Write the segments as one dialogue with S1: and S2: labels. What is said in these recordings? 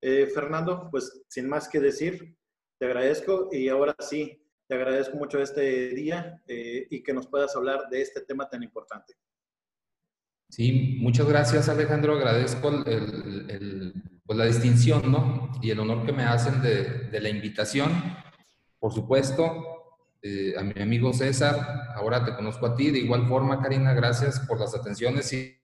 S1: Fernando, pues sin más que decir, te agradezco y ahora sí, te agradezco mucho este día y que nos puedas hablar de este tema tan importante.
S2: Sí, muchas gracias, Alejandro. Agradezco pues la distinción, ¿no? Y el honor que me hacen de la invitación. Por supuesto, a mi amigo César, ahora te conozco a ti. De igual forma, Karina, gracias por las atenciones y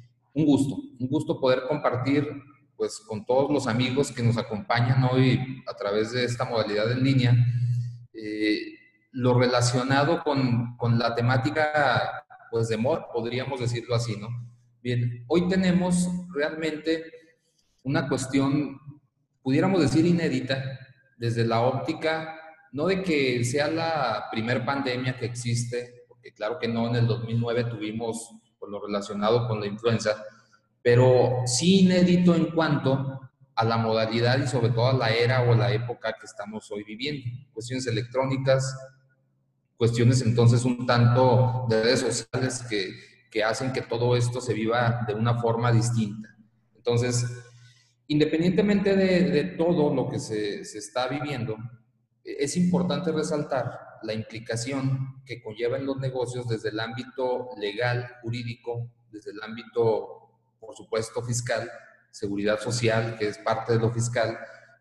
S2: un gusto poder compartir pues con todos los amigos que nos acompañan hoy a través de esta modalidad en línea, eh, lo relacionado con la temática pues de moda, podríamos decirlo así, ¿no? Bien, hoy tenemos realmente una cuestión, pudiéramos decir inédita, desde la óptica, no de que sea la primer pandemia que existe, porque claro que no, en el 2009 tuvimos por lo relacionado con la influenza, pero sí inédito en cuanto a la modalidad y sobre todo a la era o la época que estamos hoy viviendo. Cuestiones electrónicas, cuestiones entonces un tanto de redes sociales que hacen que todo esto se viva de una forma distinta. Entonces, independientemente de todo lo que se está viviendo, es importante resaltar la implicación que conlleva en los negocios desde el ámbito legal, jurídico, desde el ámbito, por supuesto, fiscal, seguridad social, que es parte de lo fiscal,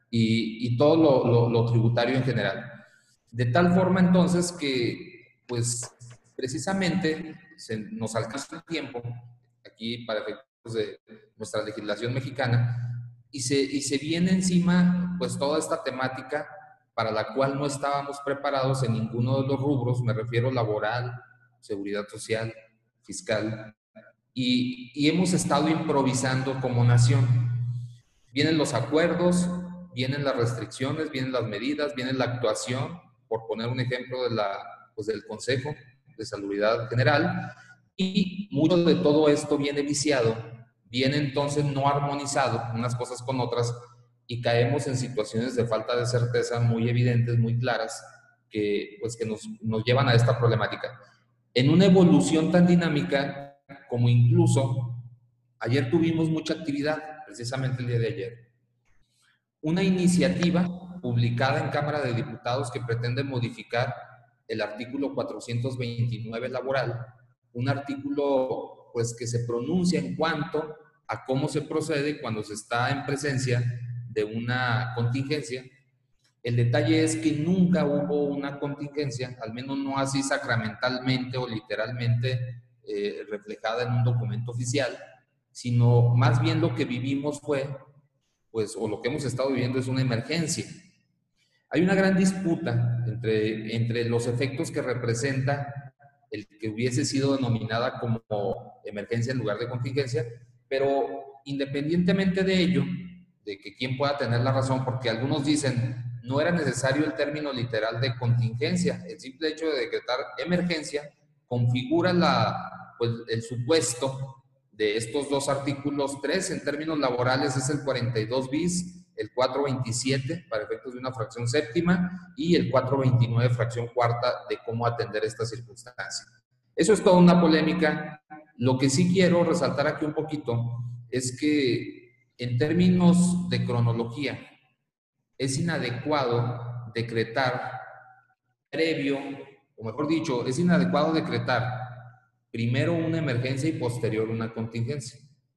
S2: y todo lo tributario en general. De tal forma entonces que, pues, precisamente nos alcanza el tiempo, aquí para efectos de nuestra legislación mexicana, y se viene encima, pues, toda esta temática para la cual no estábamos preparados en ninguno de los rubros, me refiero laboral, seguridad social, fiscal, y hemos estado improvisando como nación. Vienen los acuerdos, vienen las restricciones, vienen las medidas, viene la actuación, por poner un ejemplo pues del Consejo de Salubridad General, y mucho de todo esto viene viciado, viene entonces no armonizado unas cosas con otras, y caemos en situaciones de falta de certeza muy evidentes, muy claras, pues que nos llevan a esta problemática. En una evolución tan dinámica como incluso ayer tuvimos mucha actividad, precisamente el día de ayer. Una iniciativa publicada en Cámara de Diputados que pretende modificar el artículo 429 laboral, un artículo pues que se pronuncia en cuanto a cómo se procede cuando se está en presencia de una contingencia. El detalle es que nunca hubo una contingencia, al menos no así sacramentalmente o literalmente reflejada en un documento oficial, sino más bien lo que vivimos fue, pues, o lo que hemos estado viviendo es una emergencia. Hay una gran disputa entre los efectos que representa el que hubiese sido denominada como emergencia en lugar de contingencia, pero independientemente de ello, de que quién pueda tener la razón, porque algunos dicen no era necesario el término literal de contingencia, el simple hecho de decretar emergencia configura pues, el supuesto de estos dos artículos 3 en términos laborales es el 42 bis, el 427 para efectos de una fracción séptima y el 429 fracción cuarta de cómo atender esta circunstancia. Eso es toda una polémica. Lo que sí quiero resaltar aquí un poquito es que en términos de cronología es inadecuado decretar previo, o mejor dicho, es inadecuado decretar primero una emergencia y posterior una contingencia,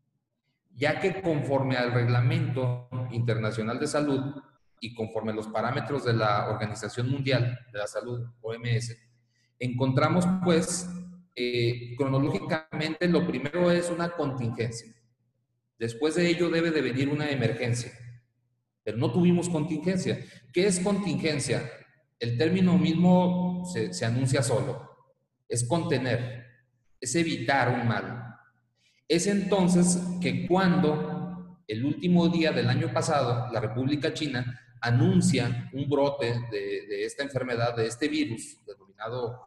S2: ya que conforme al Reglamento Internacional de Salud y conforme a los parámetros de la Organización Mundial de la Salud, OMS, encontramos pues cronológicamente lo primero es una contingencia, después de ello debe de venir una emergencia, pero no tuvimos contingencia. ¿Qué es contingencia? El término mismo se anuncia solo, es contener, es evitar un mal. Es entonces que cuando el último día del año pasado, la República China anuncia un brote de esta enfermedad, de este virus denominado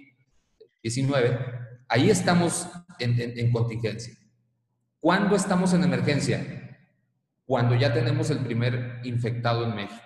S2: COVID-19, ahí estamos en contingencia. ¿Cuándo estamos en emergencia? Cuando ya tenemos el primer infectado en México.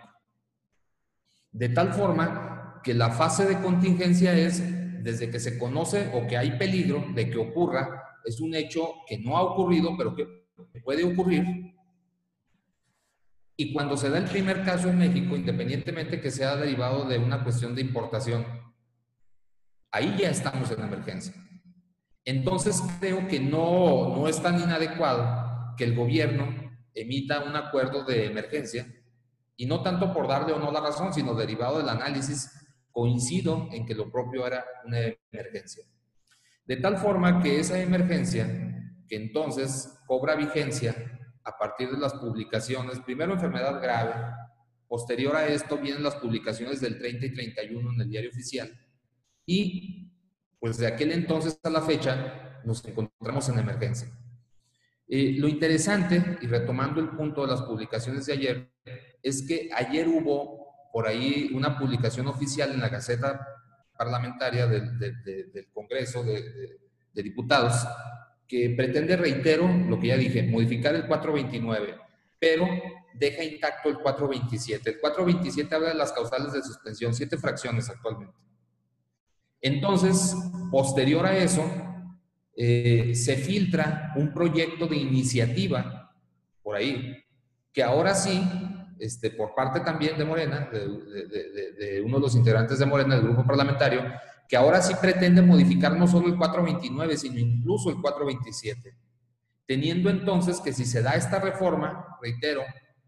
S2: De tal forma que la fase de contingencia es desde que se conoce o que hay peligro de que ocurra, es un hecho que no ha ocurrido, pero que puede ocurrir, Y cuando se da el primer caso en México, independientemente que sea derivado de una cuestión de importación, ahí ya estamos en emergencia. Entonces creo que no es tan inadecuado que el gobierno emita un acuerdo de emergencia, y no tanto por darle o no la razón, sino derivado del análisis, coincido en que lo propio era una emergencia. De tal forma que esa emergencia, que entonces cobra vigencia a partir de las publicaciones, primero enfermedad grave, posterior a esto vienen las publicaciones del 30 y 31 en el diario oficial, y pues de aquel entonces a la fecha nos encontramos en emergencia. Lo interesante, y retomando el punto de las publicaciones de ayer, es que ayer hubo por ahí una publicación oficial en la Gaceta Parlamentaria del Congreso de Diputados que pretende, reitero lo que ya dije, modificar el 429, pero deja intacto el 427. El 427 habla de las causales de suspensión, 7 fracciones actualmente. Entonces, posterior a eso, se filtra un proyecto de iniciativa por ahí, que ahora sí, por parte también de Morena, de uno de los integrantes de Morena, del grupo parlamentario, que ahora sí pretende modificar no solo el 429, sino incluso el 427, teniendo entonces que si se da esta reforma, reitero,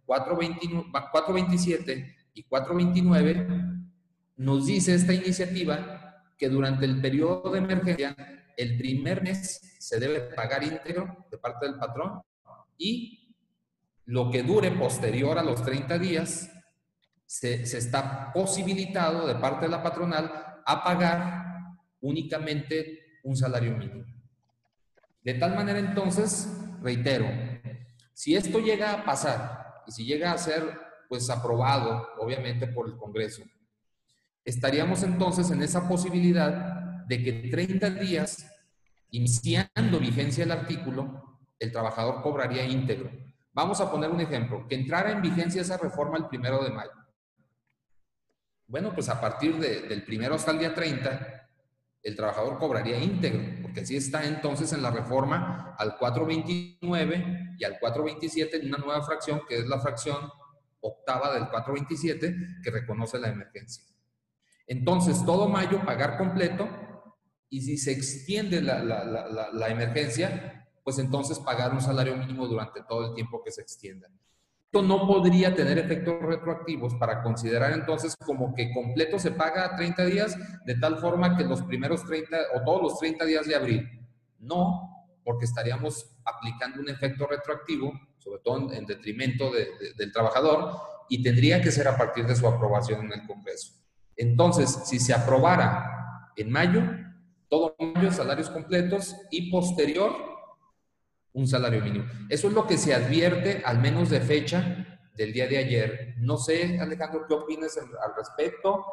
S2: 427 y 429, nos dice esta iniciativa que durante el periodo de emergencia, el primer mes se debe pagar íntegro de parte del patrón, y lo que dure posterior a los 30 días se está posibilitado de parte de la patronal a pagar únicamente un salario mínimo. De tal manera entonces, reitero, si esto llega a pasar y si llega a ser pues aprobado obviamente por el Congreso, estaríamos entonces en esa posibilidad de que 30 días, iniciando vigencia del artículo, el trabajador cobraría íntegro. Vamos a poner un ejemplo, que entrara en vigencia esa reforma el 1 de mayo. Bueno, pues a partir del 1 hasta el día 30, el trabajador cobraría íntegro, porque así está entonces en la reforma al 429 y al 427 en una nueva fracción, que es la fracción octava del 427, que reconoce la emergencia. Entonces, todo mayo pagar completo, y si se extiende la emergencia, pues entonces pagar un salario mínimo durante todo el tiempo que se extienda. Esto no podría tener efectos retroactivos para considerar entonces como que completo se paga 30 días, de tal forma que los primeros 30 o todos los 30 días de abril. No, porque estaríamos aplicando un efecto retroactivo, sobre todo en detrimento del trabajador, y tendría que ser a partir de su aprobación en el Congreso. Entonces, si se aprobara en mayo, todo mayo salarios completos, y posterior un salario mínimo. Eso es lo que se advierte, al menos de fecha del día de ayer. No sé, Alejandro, ¿qué opinas al respecto?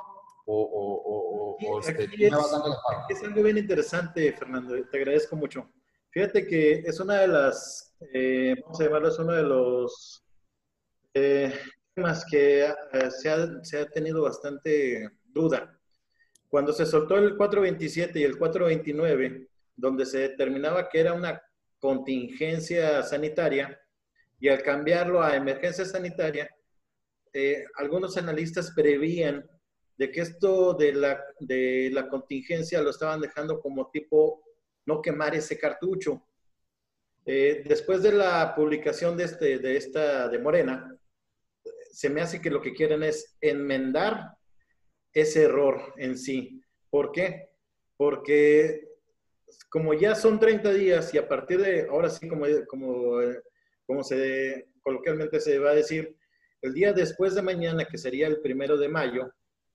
S1: Aquí es algo bien interesante, Fernando. Te agradezco mucho. Fíjate que es una de las, vamos a llamarlo, es uno de los temas que se ha tenido bastante duda. Cuando se soltó el 427 y el 429, donde se determinaba que era una contingencia sanitaria, y al cambiarlo a emergencia sanitaria, algunos analistas prevían de que esto de la contingencia lo estaban dejando como tipo no quemar ese cartucho. Después de la publicación de Morena, se me hace que lo que quieren es enmendar ese error en sí. ¿Por qué? Porque como ya son 30 días y a partir de, ahora sí, como coloquialmente se va a decir, el día después de mañana, que sería el 1 de mayo,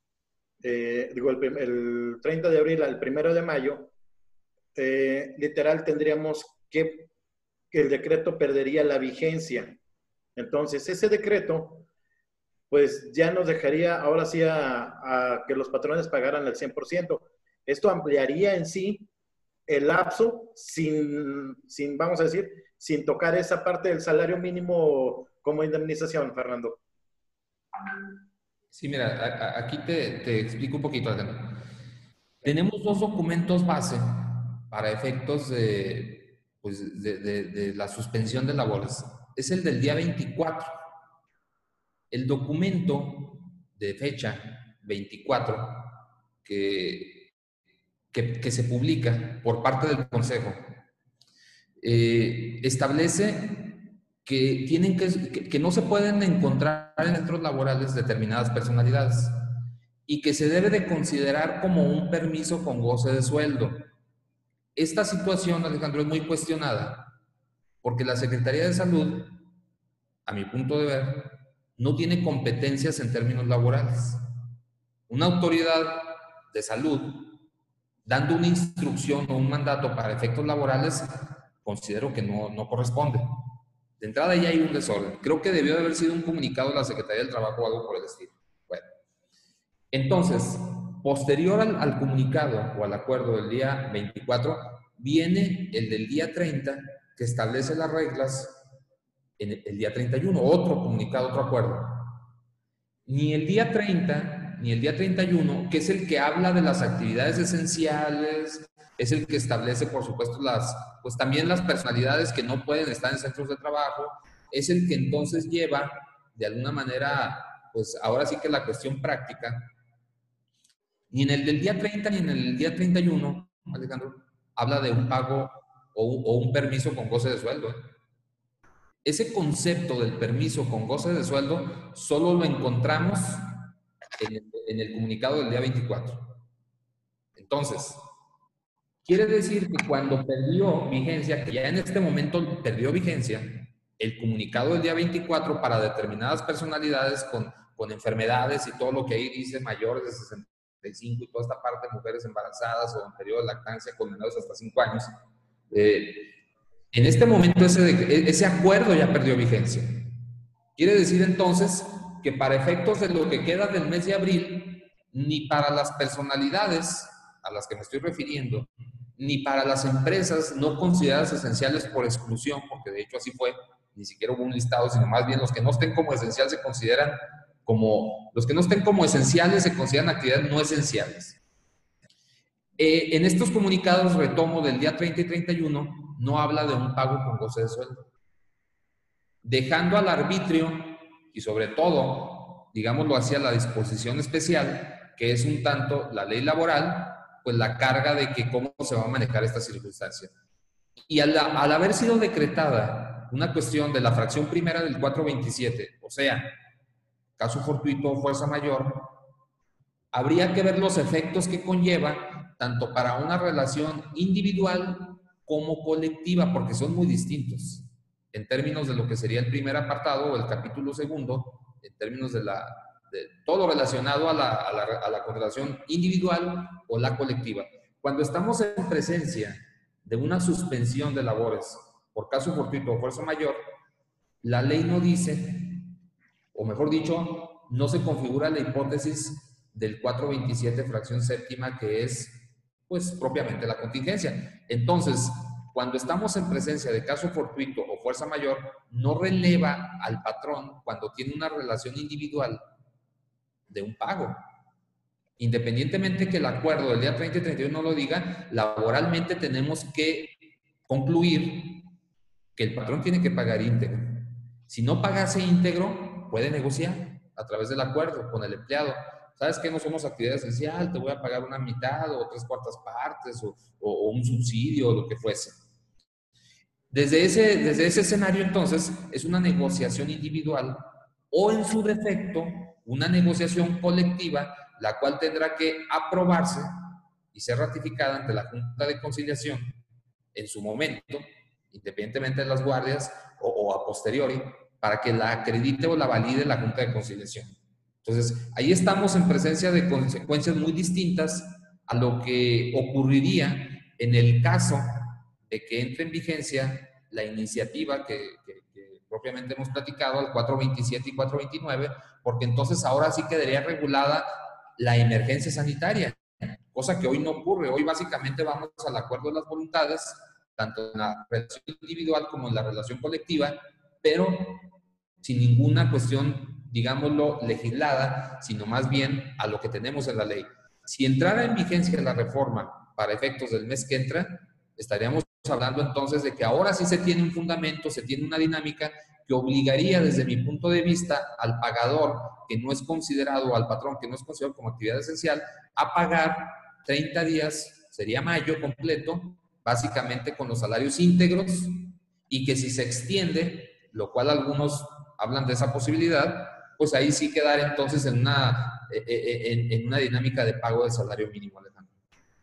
S1: el 30 de abril al 1 de mayo, literal tendríamos que el decreto perdería la vigencia. Entonces, ese decreto, pues ya nos dejaría ahora sí a que los patrones pagaran el 100%. Esto ampliaría en sí el lapso sin, vamos a decir, sin tocar esa parte del salario mínimo como indemnización, Fernando.
S2: Sí, mira, aquí te explico un poquito, Alejandro. Tenemos dos documentos base para efectos de la suspensión de labores. Es el del día 24, el documento de fecha 24 que se publica por parte del Consejo establece que, que no se pueden encontrar en centros laborales determinadas personalidades y que se debe de considerar como un permiso con goce de sueldo. Esta situación, Alejandro, es muy cuestionada porque la Secretaría de Salud, a mi punto de ver, no tiene competencias en términos laborales. Una autoridad de salud, dando una instrucción o un mandato para efectos laborales, considero que no corresponde. De entrada ya hay un desorden. Creo que debió de haber sido un comunicado de la Secretaría del Trabajo o algo por el estilo. Bueno, entonces, posterior al comunicado o al acuerdo del día 24, viene el del día 30, que establece las reglas en el día 31, otro comunicado, otro acuerdo. Ni el día 30, ni el día 31, que es el que habla de las actividades esenciales, es el que establece, por supuesto, pues también las personalidades que no pueden estar en centros de trabajo, es el que entonces lleva, de alguna manera, pues ahora sí que la cuestión práctica. Ni en el del día 30 ni en el día 31, Alejandro, habla de un pago o un permiso con goce de sueldo. Ese concepto del permiso con goce de sueldo solo lo encontramos en el comunicado del día 24. Entonces, quiere decir que cuando perdió vigencia, que ya en este momento perdió vigencia, el comunicado del día 24 para determinadas personalidades con enfermedades y todo lo que ahí dice, mayores de 65 y toda esta parte, mujeres embarazadas o en periodo de lactancia con menores hasta 5 años, en este momento ese acuerdo ya perdió vigencia. Quiere decir entonces que para efectos de lo que queda del mes de abril, ni para las personalidades a las que me estoy refiriendo, ni para las empresas no consideradas esenciales por exclusión, porque de hecho así fue, ni siquiera hubo un listado, sino más bien los que no estén como esenciales se consideran los que no estén como esenciales se consideran actividades no esenciales. En estos comunicados, retomo del día 30 y 31, no habla de un pago con goce de sueldo, dejando al arbitrio y sobre todo, digámoslo así, a la disposición especial, que es un tanto la ley laboral, pues la carga de que cómo se va a manejar esta circunstancia. Y al haber sido decretada una cuestión de la fracción primera del 427, o sea, caso fortuito o fuerza mayor, habría que ver los efectos que conlleva tanto para una relación individual como colectiva, porque son muy distintos en términos de lo que sería el primer apartado o el capítulo segundo, en términos de todo lo relacionado a la contratación individual o la colectiva. Cuando estamos en presencia de una suspensión de labores por caso fortuito o fuerza mayor, la ley no dice, o mejor dicho, no se configura la hipótesis del 427 fracción séptima, que es pues propiamente la contingencia. Entonces, cuando estamos en presencia de caso fortuito o fuerza mayor, no releva al patrón cuando tiene una relación individual de un pago. Independientemente que el acuerdo del día 30 y 31 no lo diga, laboralmente tenemos que concluir que el patrón tiene que pagar íntegro. Si no pagase íntegro, puede negociar a través del acuerdo con el empleado. ¿Sabes qué? No somos actividad esencial, te voy a pagar una mitad o 3/4 partes o un subsidio o lo que fuese. Desde ese escenario, entonces, es una negociación individual o, en su defecto, una negociación colectiva, la cual tendrá que aprobarse y ser ratificada ante la Junta de Conciliación en su momento, independientemente de las guardias o a posteriori, para que la acredite o la valide la Junta de Conciliación. Entonces, ahí estamos en presencia de consecuencias muy distintas a lo que ocurriría en el caso de que entre en vigencia la iniciativa que propiamente hemos platicado, el 427 y 429, porque entonces ahora sí quedaría regulada la emergencia sanitaria, cosa que hoy no ocurre. Hoy básicamente vamos al acuerdo de las voluntades, tanto en la relación individual como en la relación colectiva, pero sin ninguna cuestión, digámoslo, legislada, sino más bien a lo que tenemos en la ley. Si entrara en vigencia la reforma para efectos del mes que entra, estaríamos hablando entonces de que ahora sí se tiene un fundamento, se tiene una dinámica que obligaría desde mi punto de vista al pagador que no es considerado, al patrón que no es considerado como actividad esencial, a pagar 30 días, sería mayo completo, básicamente con los salarios íntegros, y que si se extiende, lo cual algunos hablan de esa posibilidad, pues ahí sí quedar entonces en una dinámica de pago de salario mínimo, Alejandro.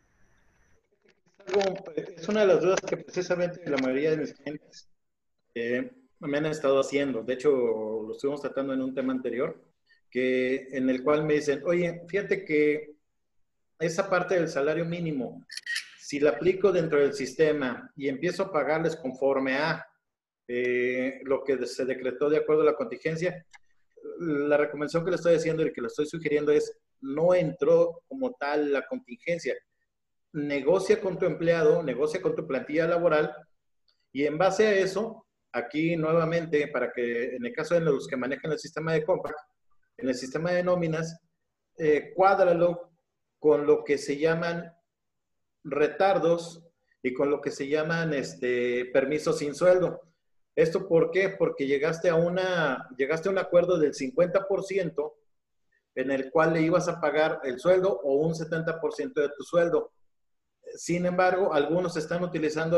S1: Es una de las dudas que precisamente la mayoría de mis clientes me han estado haciendo. De hecho, lo estuvimos tratando en un tema anterior, en el cual me dicen, oye, fíjate que esa parte del salario mínimo, si la aplico dentro del sistema y empiezo a pagarles conforme a lo que se decretó de acuerdo a la contingencia, la recomendación que le estoy haciendo y que le estoy sugiriendo es, no entró como tal la contingencia. Negocia con tu empleado, negocia con tu plantilla laboral y en base a eso, aquí nuevamente, para que en el caso de los que manejan el sistema de Compact, en el sistema de nóminas, cuádralo con lo que se llaman retardos y con lo que se llaman permisos sin sueldo. ¿Esto por qué? Porque llegaste a un acuerdo del 50% en el cual le ibas a pagar el sueldo o un 70% de tu sueldo. Sin embargo, algunos están utilizando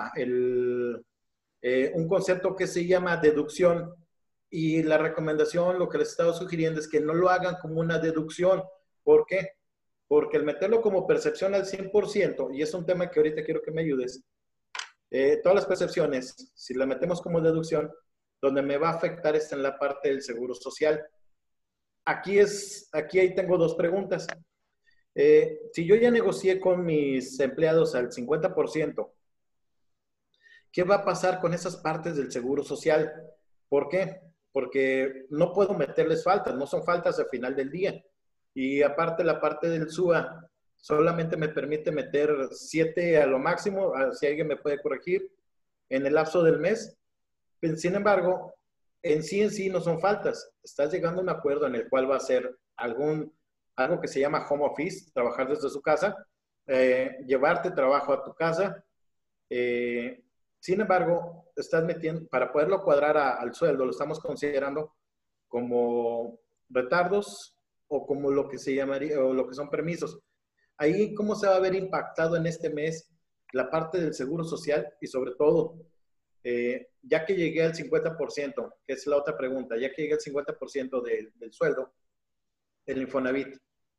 S1: un concepto que se llama deducción y la recomendación, lo que les he estado sugiriendo es que no lo hagan como una deducción. ¿Por qué? Porque el meterlo como percepción al 100%, y es un tema que ahorita quiero que me ayudes, todas las percepciones, si la metemos como deducción, donde me va a afectar es en la parte del seguro social. Aquí ahí tengo dos preguntas. Si yo ya negocié con mis empleados al 50%, ¿qué va a pasar con esas partes del seguro social? ¿Por qué? Porque no puedo meterles faltas, no son faltas al final del día. Y aparte la parte del SUA solamente me permite meter 7 a lo máximo, si alguien me puede corregir, en el lapso del mes. Sin embargo, en sí no son faltas. Estás llegando a un acuerdo en el cual va a ser algo que se llama home office, trabajar desde su casa, llevarte trabajo a tu casa. Sin embargo, estás metiendo, para poderlo cuadrar al sueldo, lo estamos considerando como retardos o como lo que se llamaría, o lo que son permisos. Ahí, ¿cómo se va a ver impactado en este mes la parte del seguro social? Y sobre todo, ya que llegué al 50%, que es la otra pregunta, ya que llegué al 50% del sueldo, el Infonavit,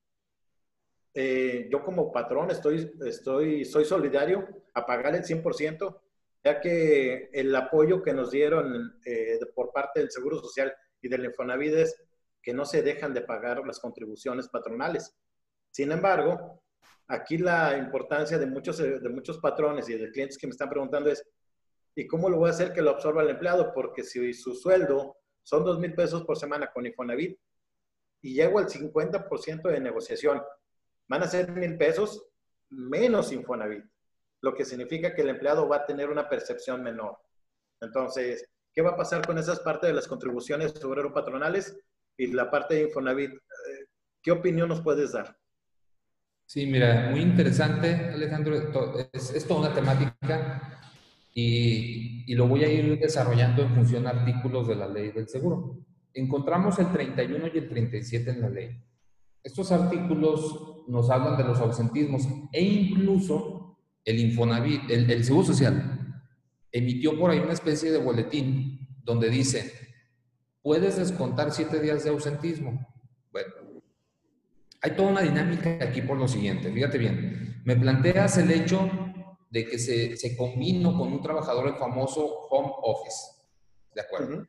S1: yo como patrón soy solidario a pagar el 100%, ya que el apoyo que nos dieron por parte del Seguro Social y del Infonavit es que no se dejan de pagar las contribuciones patronales. Sin embargo, aquí la importancia de muchos patrones y de clientes que me están preguntando es, ¿y cómo lo voy a hacer que lo absorba el empleado? Porque si su sueldo son 2,000 pesos por semana con Infonavit y llego al 50% de negociación, van a ser 1,000 pesos menos Infonavit, lo que significa que el empleado va a tener una percepción menor. Entonces, ¿qué va a pasar con esas partes de las contribuciones obrero-patronales y la parte de Infonavit? ¿Qué opinión nos puedes dar?
S2: Sí, mira, muy interesante, Alejandro. Es toda una temática y lo voy a ir desarrollando en función de artículos de la ley del seguro. Encontramos el 31 y el 37 en la ley. Estos artículos nos hablan de los ausentismos e incluso el Infonavit, el Seguro Social, emitió por ahí una especie de boletín donde dice, puedes descontar 7 días de ausentismo. Bueno, hay toda una dinámica aquí por lo siguiente, fíjate bien, me planteas el hecho de que se combinó con un trabajador el famoso home office, ¿de acuerdo?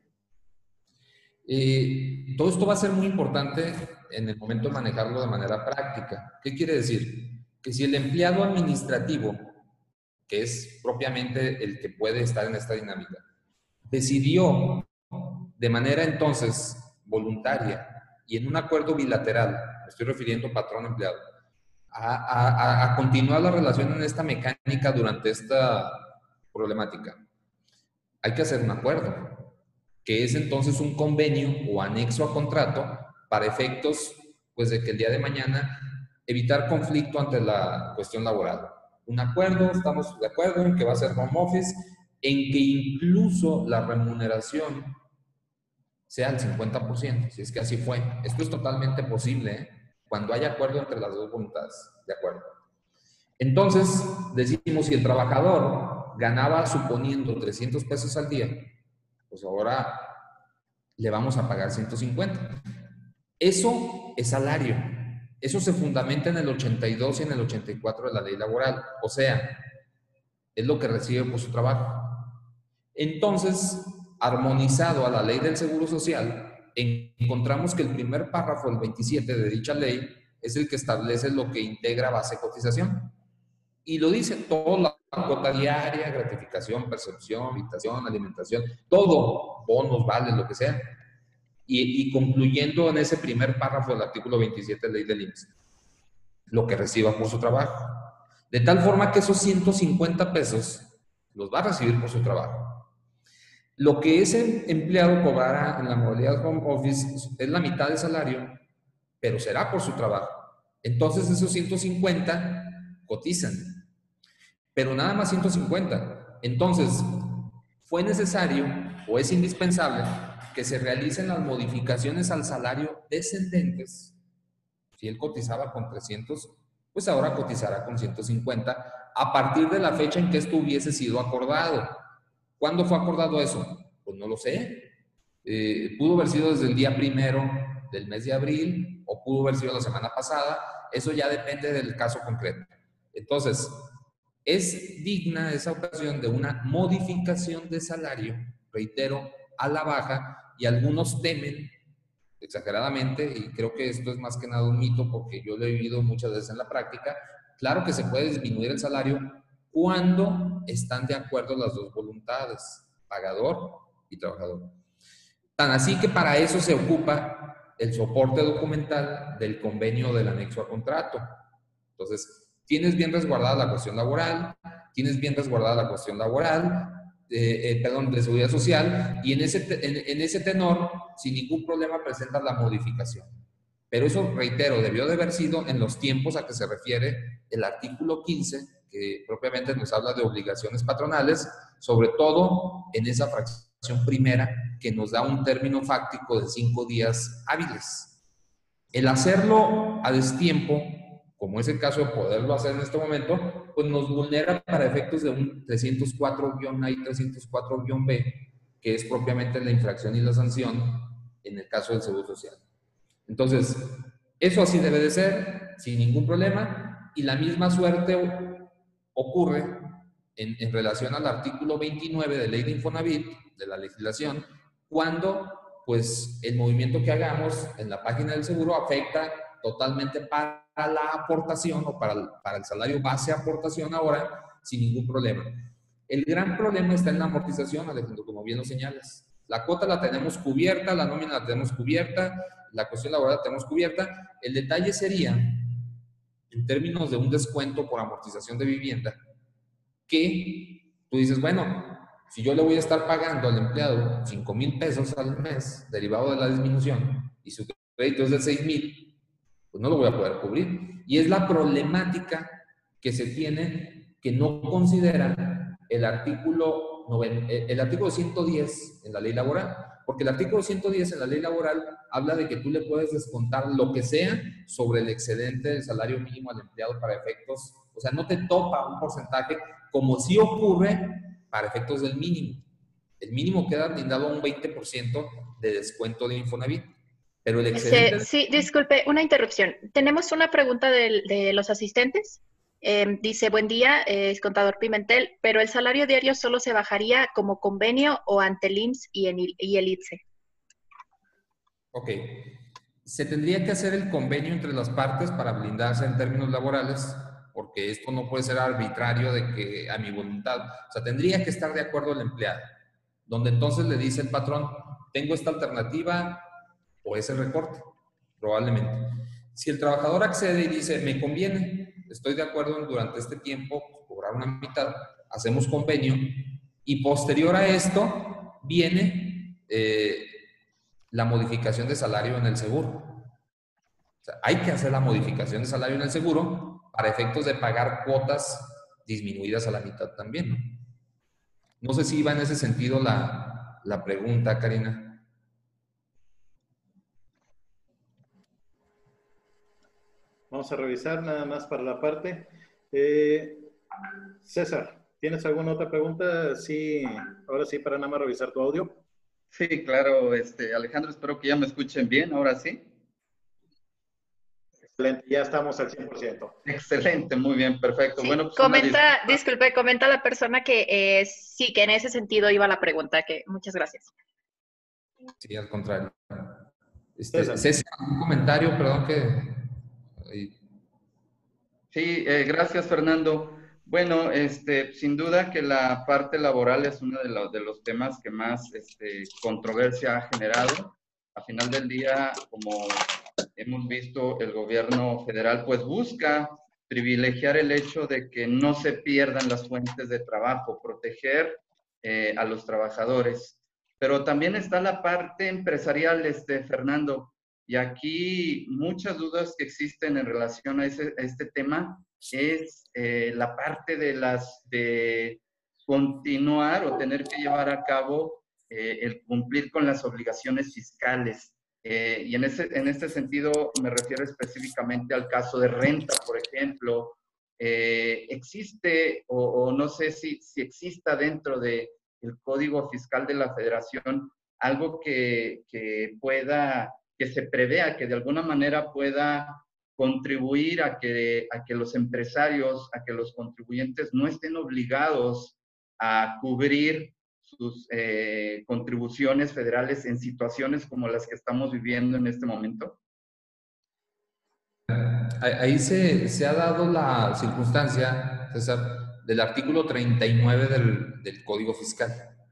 S2: Todo esto va a ser muy importante en el momento de manejarlo de manera práctica. ¿Qué quiere decir? Que si el empleado administrativo, que es propiamente el que puede estar en esta dinámica, decidió de manera entonces voluntaria y en un acuerdo bilateral, me estoy refiriendo patrón-empleado, a continuar la relación en esta mecánica durante esta problemática, hay que hacer un acuerdo, que es entonces un convenio o anexo a contrato para efectos, pues, de que el día de mañana evitar conflicto ante la cuestión laboral. Un acuerdo, estamos de acuerdo en que va a ser home office, en que incluso la remuneración sea el 50%, si es que así fue. Esto es totalmente posible, ¿eh? Cuando hay acuerdo entre las dos voluntades, ¿de acuerdo? Entonces, decimos, si el trabajador ganaba, suponiendo 300 pesos al día, pues ahora le vamos a pagar 150. Eso es salario. Eso se fundamenta en el 82 y en el 84 de la ley laboral. O sea, es lo que recibe por su trabajo. Entonces, armonizado a la ley del Seguro Social, encontramos que el primer párrafo, el 27 de dicha ley, es el que establece lo que integra base cotización. Y lo dice todo, la cuota diaria, gratificación, percepción, habitación, alimentación, todo, bonos, vales, lo que sea. Y concluyendo en ese primer párrafo del artículo 27 de ley del IMSS, lo que reciba por su trabajo. De tal forma que esos 150 pesos los va a recibir por su trabajo. Lo que ese empleado cobrará en la modalidad home office es la mitad del salario, pero será por su trabajo. Entonces esos 150 cotizan, pero nada más 150. Entonces, fue necesario o es indispensable que se realicen las modificaciones al salario descendentes. Si él cotizaba con 300, pues ahora cotizará con 150 a partir de la fecha en que esto hubiese sido acordado. ¿Cuándo fue acordado eso? Pues no lo sé. Pudo haber sido desde el día 1 del mes de abril o pudo haber sido la semana pasada. Eso ya depende del caso concreto. Entonces, es digna esa ocasión de una modificación de salario, reitero, a la baja, y algunos temen exageradamente, y creo que esto es más que nada un mito porque yo lo he vivido muchas veces en la práctica. Claro que se puede disminuir el salario cuando están de acuerdo las dos voluntades, pagador y trabajador. Tan así que para eso se ocupa el soporte documental del convenio del anexo a contrato. Entonces, tienes bien resguardada la cuestión laboral, tienes bien resguardada la cuestión laboral, de seguridad social, y en ese tenor, sin ningún problema, presentas la modificación. Pero eso, reitero, debió de haber sido en los tiempos a que se refiere el artículo 15, que propiamente nos habla de obligaciones patronales, sobre todo en esa fracción primera, que nos da un término fáctico de 5 días hábiles. El hacerlo a destiempo, como es el caso de poderlo hacer en este momento, pues nos vulnera para efectos de un 304-A y 304-B, que es propiamente la infracción y la sanción en el caso del Seguro Social. Entonces, eso así debe de ser, sin ningún problema, y la misma suerte ocurre en relación al artículo 29 de Ley de Infonavit, de la legislación, cuando pues el movimiento que hagamos en la página del seguro afecta totalmente para la aportación o para el salario base aportación ahora, sin ningún problema. El gran problema está en la amortización, Alejandro, como bien lo señalas. La cuota la tenemos cubierta, la nómina la tenemos cubierta, la cuestión laboral la tenemos cubierta. El detalle sería, en términos de un descuento por amortización de vivienda, que tú dices, bueno, si yo le voy a estar pagando al empleado 5,000 pesos al mes, derivado de la disminución, y su crédito es de 6,000, pues no lo voy a poder cubrir. Y es la problemática que se tiene, que no considera el artículo 110 en la ley laboral. Porque el artículo 110 en la ley laboral habla de que tú le puedes descontar lo que sea sobre el excedente del salario mínimo al empleado para efectos, o sea, no te topa un porcentaje como sí ocurre para efectos del mínimo. El mínimo queda blindado a un 20% de descuento de Infonavit, pero el excedente...
S3: Sí, disculpe, una interrupción. Tenemos una pregunta de los asistentes. Dice, buen día, es contador Pimentel, pero el salario diario solo se bajaría como convenio o ante el IMSS y el ITSE.
S2: Ok. Se tendría que hacer el convenio entre las partes para blindarse en términos laborales, porque esto no puede ser arbitrario de que a mi voluntad. O sea, tendría que estar de acuerdo el empleado, donde entonces le dice el patrón, tengo esta alternativa o ese recorte, probablemente. Si el trabajador accede y dice, me conviene, estoy de acuerdo en durante este tiempo cobrar una mitad, hacemos convenio, y posterior a esto viene la modificación de salario en el seguro. O sea, hay que hacer la modificación de salario en el seguro para efectos de pagar cuotas disminuidas a la mitad también, ¿no? No sé si iba en ese sentido la pregunta, Karina.
S1: Vamos a revisar nada más para la parte. César, ¿tienes alguna otra pregunta? Sí, ahora sí, para nada más revisar tu audio.
S4: Sí, claro, Alejandro, espero que ya me escuchen bien, ahora sí.
S1: Excelente, ya estamos al 100%.
S4: Excelente, muy bien, perfecto.
S3: Sí,
S4: Bueno, pues
S3: disculpe, comenta la persona que sí, que en ese sentido iba la pregunta, que muchas gracias.
S2: Sí, al contrario.
S1: César.
S2: César, un comentario, perdón
S4: Sí, gracias, Fernando. Bueno, sin duda que la parte laboral es uno de los temas que más controversia ha generado. A final del día, como hemos visto, el gobierno federal pues busca privilegiar el hecho de que no se pierdan las fuentes de trabajo, proteger a los trabajadores. Pero también está la parte empresarial, Fernando. Y aquí muchas dudas que existen en relación a este tema es la parte de continuar o tener que llevar a cabo el cumplir con las obligaciones fiscales. Y en este sentido me refiero específicamente al caso de renta, por ejemplo. ¿Existe o no sé si exista dentro del Código Fiscal de la Federación algo que se prevea, que de alguna manera pueda contribuir a que los empresarios, a que los contribuyentes no estén obligados a cubrir sus contribuciones federales en situaciones como las que estamos viviendo en este momento?
S2: Ahí se ha dado la circunstancia, César, del artículo 39 del Código Fiscal.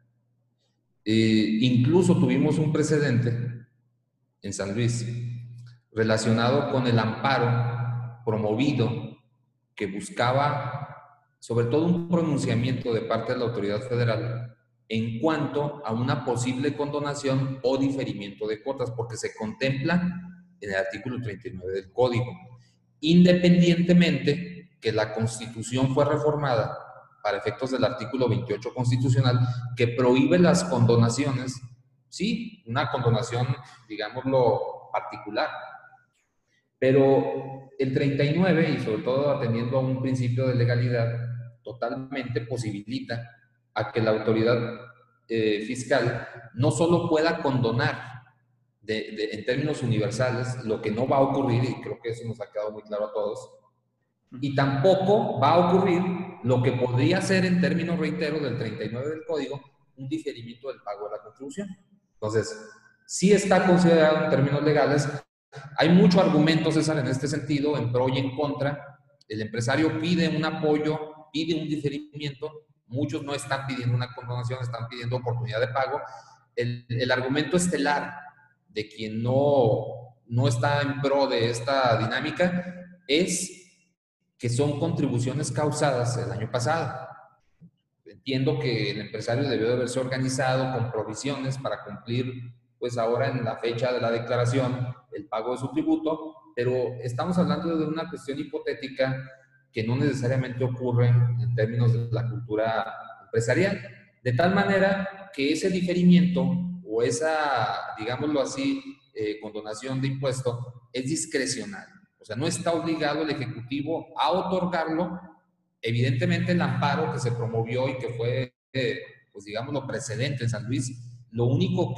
S2: Incluso tuvimos un precedente en San Luis relacionado con el amparo promovido que buscaba sobre todo un pronunciamiento de parte de la autoridad federal en cuanto a una posible condonación o diferimiento de cuotas, porque se contempla en el artículo 39 del Código, independientemente que la Constitución fue reformada para efectos del artículo 28 constitucional, que prohíbe las condonaciones, sí, una condonación, digámoslo, particular. Pero el 39, y sobre todo atendiendo a un principio de legalidad, totalmente posibilita a que la autoridad fiscal no solo pueda condonar en términos universales, lo que no va a ocurrir, y creo que eso nos ha quedado muy claro a todos, y tampoco va a ocurrir lo que podría ser en términos, reitero, del 39 del Código, un diferimiento del pago de la contribución. Entonces, sí está considerado en términos legales. Hay mucho argumento, César, en este sentido, en pro y en contra. El empresario pide un apoyo, pide un diferimiento. Muchos no están pidiendo una condonación, están pidiendo oportunidad de pago. El argumento estelar de quien no está en pro de esta dinámica es que son contribuciones causadas el año pasado. Entiendo que el empresario debió de haberse organizado con provisiones para cumplir, pues ahora en la fecha de la declaración, el pago de su tributo, pero estamos hablando de una cuestión hipotética que no necesariamente ocurre en términos de la cultura empresarial. De tal manera que ese diferimiento o esa, digámoslo así, condonación de impuesto es discrecional. O sea, no está obligado el Ejecutivo a otorgarlo. Evidentemente el amparo que se promovió y que fue, pues digámoslo, precedente en San Luis, lo único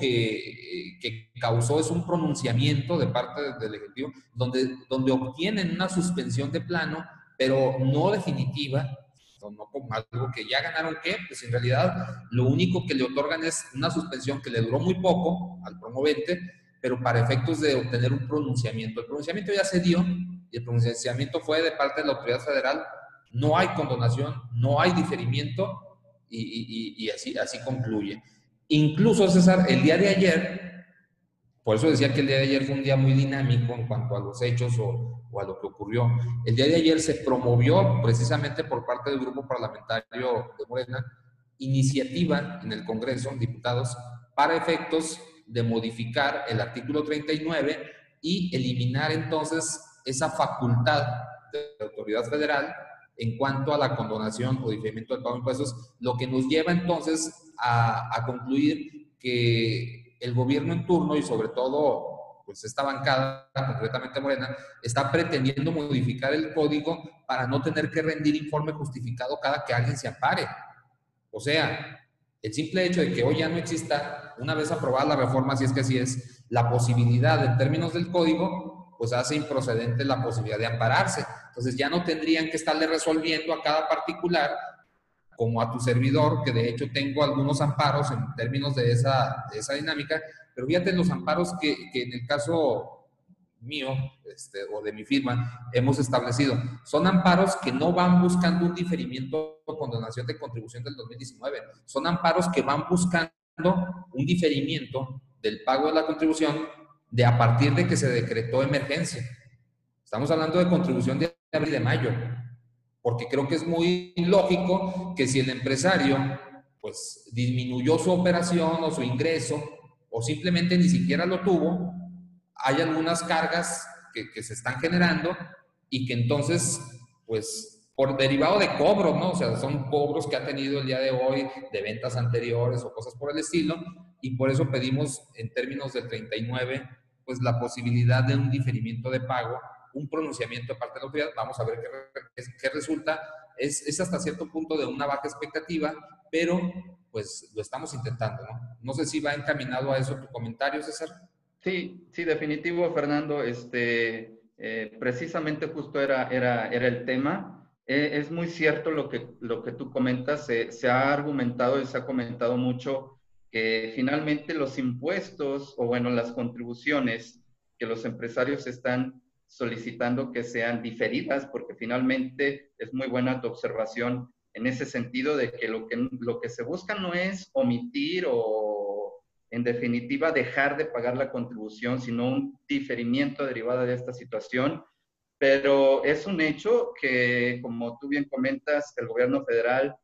S2: que causó es un pronunciamiento de parte del Ejecutivo donde obtienen una suspensión de plano, pero no definitiva, no como algo que ya ganaron, ¿qué? Pues en realidad lo único que le otorgan es una suspensión que le duró muy poco al promovente, pero para efectos de obtener un pronunciamiento. El pronunciamiento ya se dio y el pronunciamiento fue de parte de la autoridad federal. No hay condonación, no hay diferimiento y así concluye. Incluso, César, el día de ayer, por eso decía que el día de ayer fue un día muy dinámico en cuanto a los hechos o a lo que ocurrió. El día de ayer se promovió precisamente por parte del grupo parlamentario de Morena iniciativa en el Congreso, diputados, para efectos de modificar el artículo 39 y eliminar entonces esa facultad de la autoridad federal en cuanto a la condonación o diferimiento del pago de impuestos, lo que nos lleva entonces a concluir que el gobierno en turno y sobre todo pues esta bancada, concretamente Morena, está pretendiendo modificar el código para no tener que rendir informe justificado cada que alguien se ampare. O sea, el simple hecho de que hoy ya no exista, una vez aprobada la reforma, si es que así es, la posibilidad en términos del código, pues hace improcedente la posibilidad de ampararse. Entonces ya no tendrían que estarle resolviendo a cada particular, como a tu servidor, que de hecho tengo algunos amparos en términos de esa dinámica, pero fíjate los amparos que en el caso mío o de mi firma hemos establecido. Son amparos que no van buscando un diferimiento o condonación de contribución del 2019. Son amparos que van buscando un diferimiento del pago de la contribución de a partir de que se decretó emergencia. Estamos hablando de contribución de abril y de mayo, porque creo que es muy lógico que si el empresario pues disminuyó su operación o su ingreso o simplemente ni siquiera lo tuvo, hay algunas cargas que se están generando y que entonces, pues, por derivado de cobros, ¿no? O sea, son cobros que ha tenido el día de hoy de ventas anteriores o cosas por el estilo, y por eso pedimos, en términos del 39, pues la posibilidad de un diferimiento de pago, un pronunciamiento de parte de la autoridad. Vamos a ver qué resulta. Es hasta cierto punto de una baja expectativa, pero pues lo estamos intentando, ¿no? No sé si va encaminado a eso tu comentario, César.
S4: Sí, sí, definitivo, Fernando. Precisamente justo era el tema. Es muy cierto lo que tú comentas. Se ha argumentado y se ha comentado mucho que finalmente los impuestos, o bueno, las contribuciones que los empresarios están solicitando que sean diferidas, porque finalmente es muy buena tu observación en ese sentido de que lo que se busca no es omitir o en definitiva, dejar de pagar la contribución, sino un diferimiento derivado de esta situación. Pero es un hecho que, como tú bien comentas, el gobierno federal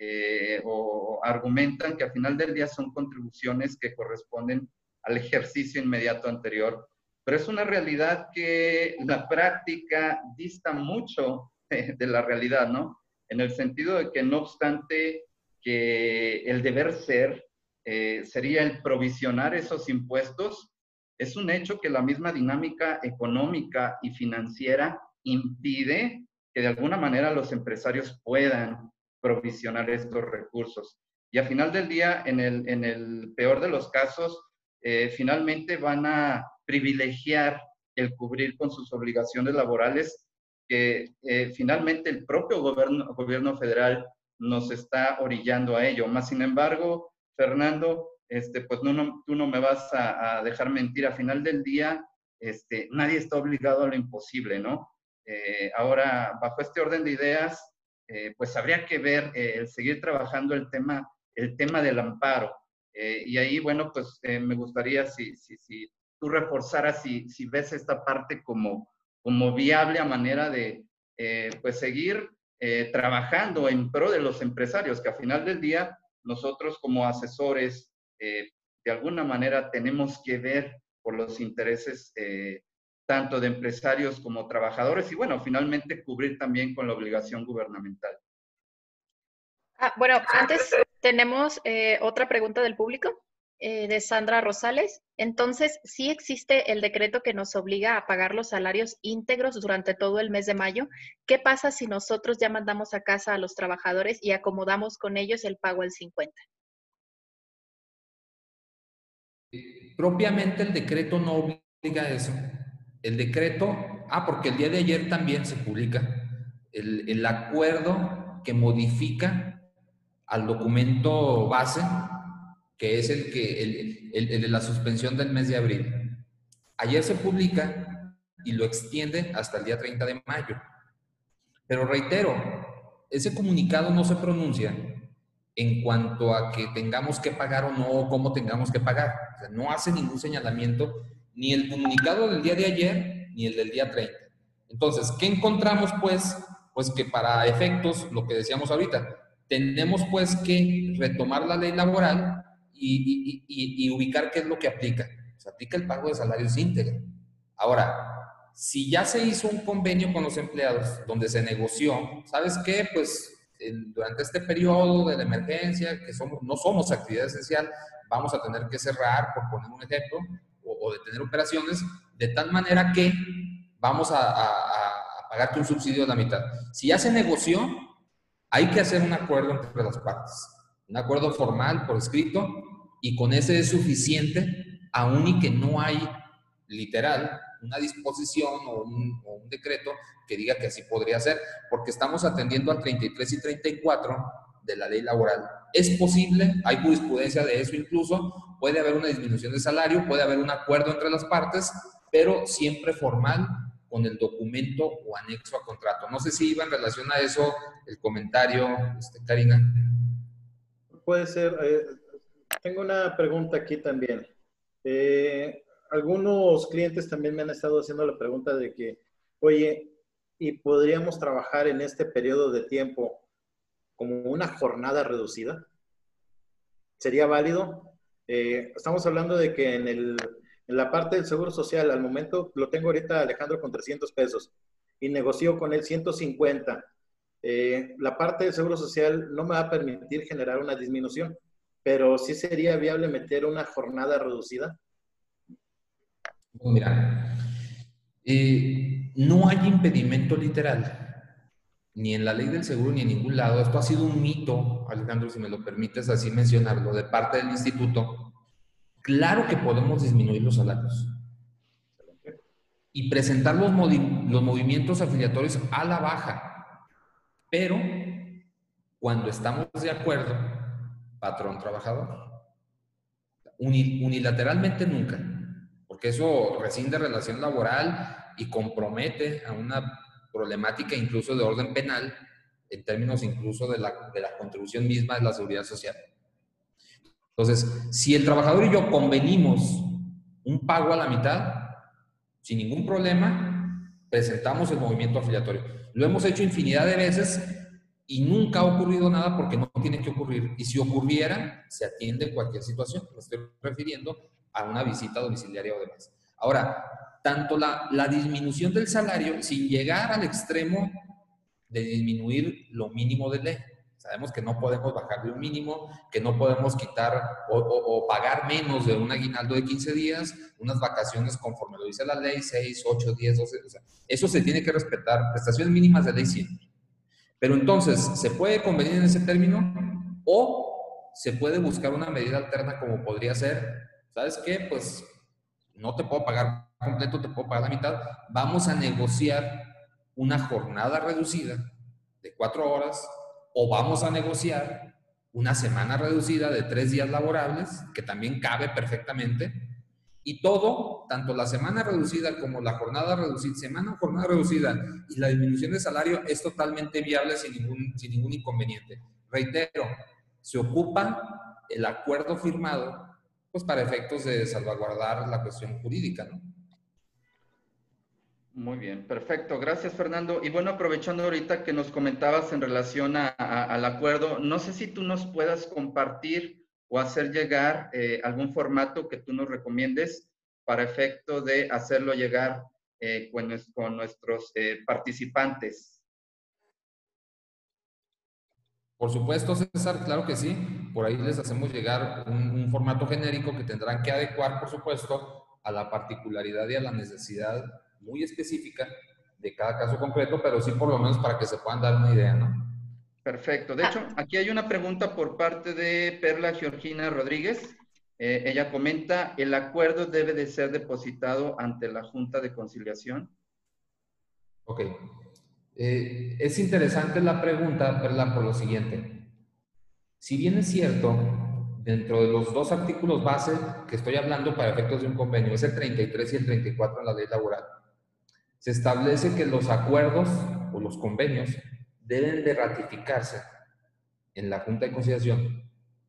S4: o argumentan que al final del día son contribuciones que corresponden al ejercicio inmediato anterior. Pero es una realidad que la práctica dista mucho de la realidad, ¿no? En el sentido de que no obstante que el deber ser sería el provisionar esos impuestos, es un hecho que la misma dinámica económica y financiera impide que de alguna manera los empresarios puedan provisionar estos recursos. Y al final del día, en el peor de los casos, finalmente van a privilegiar el cubrir con sus obligaciones laborales que finalmente el propio gobierno federal nos está orillando a ello. Más sin embargo, Fernando, pues tú no me vas a dejar mentir. A final del día, nadie está obligado a lo imposible, ¿no? Ahora, bajo este orden de ideas, pues habría que ver el seguir trabajando el tema del amparo. Y ahí, bueno, pues me gustaría si tú reforzaras, si ves esta parte como viable a manera de, pues seguir trabajando en pro de los empresarios, que a final del día nosotros como asesores, de alguna manera tenemos que ver por los intereses tanto de empresarios como trabajadores y bueno, finalmente cubrir también con la obligación gubernamental.
S3: Bueno, antes tenemos otra pregunta del público de Sandra Rosales. Entonces, ¿sí existe el decreto que nos obliga a pagar los salarios íntegros durante todo el mes de mayo? ¿Qué pasa si nosotros ya mandamos a casa a los trabajadores y acomodamos con ellos el pago al 50%?
S2: Propiamente el decreto no obliga a eso. El decreto, porque el día de ayer también se publica el acuerdo que modifica al documento base, que es el de la suspensión del mes de abril. Ayer se publica y lo extiende hasta el día 30 de mayo. Pero reitero, ese comunicado no se pronuncia en cuanto a que tengamos que pagar o no, o cómo tengamos que pagar. O sea, no hace ningún señalamiento, ni el comunicado del día de ayer, ni el del día 30. Entonces, ¿qué encontramos, pues? Pues que para efectos, lo que decíamos ahorita, tenemos pues que retomar la ley laboral y ubicar qué es lo que aplica. Se aplica el pago de salarios íntegros. Ahora, si ya se hizo un convenio con los empleados donde se negoció, ¿sabes qué? Pues durante este periodo de la emergencia, que no somos actividad esencial, vamos a tener que cerrar, por poner un ejemplo, o detener operaciones, de tal manera que vamos a pagarte un subsidio de la mitad. Si ya se negoció, hay que hacer un acuerdo entre las partes, un acuerdo formal por escrito, y con ese es suficiente, aun y que no hay literal una disposición o un decreto que diga que así podría ser, porque estamos atendiendo al 33 y 34 de la ley laboral. Es posible, hay jurisprudencia de eso incluso, puede haber una disminución de salario, puede haber un acuerdo entre las partes, pero siempre formal, con el documento o anexo a contrato. No sé si iba en relación a eso el comentario, Karina.
S1: Puede ser. Tengo una pregunta aquí también. Algunos clientes también me han estado haciendo la pregunta de que, oye, ¿y podríamos trabajar en este periodo de tiempo como una jornada reducida? ¿Sería válido? Estamos hablando de que en la parte del Seguro Social, al momento lo tengo ahorita Alejandro con 300 pesos y negocio con él 150. La parte del Seguro Social no me va a permitir generar una disminución, pero sí sería viable meter una jornada reducida.
S2: Mira, no hay impedimento literal, ni en la ley del seguro ni en ningún lado. Esto ha sido un mito, Alejandro, si me lo permites así mencionarlo, de parte del instituto. Claro que podemos disminuir los salarios y presentar los movimientos afiliatorios a la baja, pero cuando estamos de acuerdo, patrón-trabajador. Unilateralmente nunca, porque eso rescinde relación laboral y compromete a una problemática incluso de orden penal, en términos incluso de la contribución misma de la seguridad social. Entonces, si el trabajador y yo convenimos un pago a la mitad, sin ningún problema, presentamos el movimiento afiliatorio. Lo hemos hecho infinidad de veces y nunca ha ocurrido nada porque no tiene que ocurrir. Y si ocurriera, se atiende cualquier situación. Me estoy refiriendo a una visita domiciliaria o demás. Ahora, tanto la disminución del salario, sin llegar al extremo de disminuir lo mínimo de ley. Sabemos que no podemos bajar de un mínimo, que no podemos quitar o pagar menos de un aguinaldo de 15 días, unas vacaciones conforme lo dice la ley, 6, 8, 10, 12, o sea, eso se tiene que respetar, prestaciones mínimas de ley siempre. Pero entonces, ¿se puede convenir en ese término? ¿O se puede buscar una medida alterna como podría ser, ¿sabes qué? Pues no te puedo pagar completo, te puedo pagar la mitad, vamos a negociar una jornada reducida de 4 horas, o vamos a negociar una semana reducida de 3 días laborables, que también cabe perfectamente, y todo, tanto la semana reducida como la jornada reducida, semana o jornada reducida y la disminución de salario es totalmente viable sin ningún inconveniente. Reitero, se ocupa el acuerdo firmado pues para efectos de salvaguardar la cuestión jurídica, ¿no?
S4: Muy bien, perfecto. Gracias, Fernando. Y bueno, aprovechando ahorita que nos comentabas en relación al acuerdo, no sé si tú nos puedas compartir o hacer llegar algún formato que tú nos recomiendes para efecto de hacerlo llegar con nuestros participantes.
S2: Por supuesto, César, claro que sí. Por ahí les hacemos llegar un formato genérico que tendrán que adecuar, por supuesto, a la particularidad y a la necesidad muy específica de cada caso concreto, pero sí por lo menos para que se puedan dar una idea, ¿no?
S4: Perfecto. De hecho, aquí hay una pregunta por parte de Perla Georgina Rodríguez. Ella comenta, ¿el acuerdo debe de ser depositado ante la Junta de Conciliación?
S2: Ok. Es interesante la pregunta, Perla, por lo siguiente. Si bien es cierto, dentro de los dos artículos base que estoy hablando para efectos de un convenio, es el 33 y el 34 en la ley laboral, se establece que los acuerdos o los convenios deben de ratificarse en la Junta de Conciliación.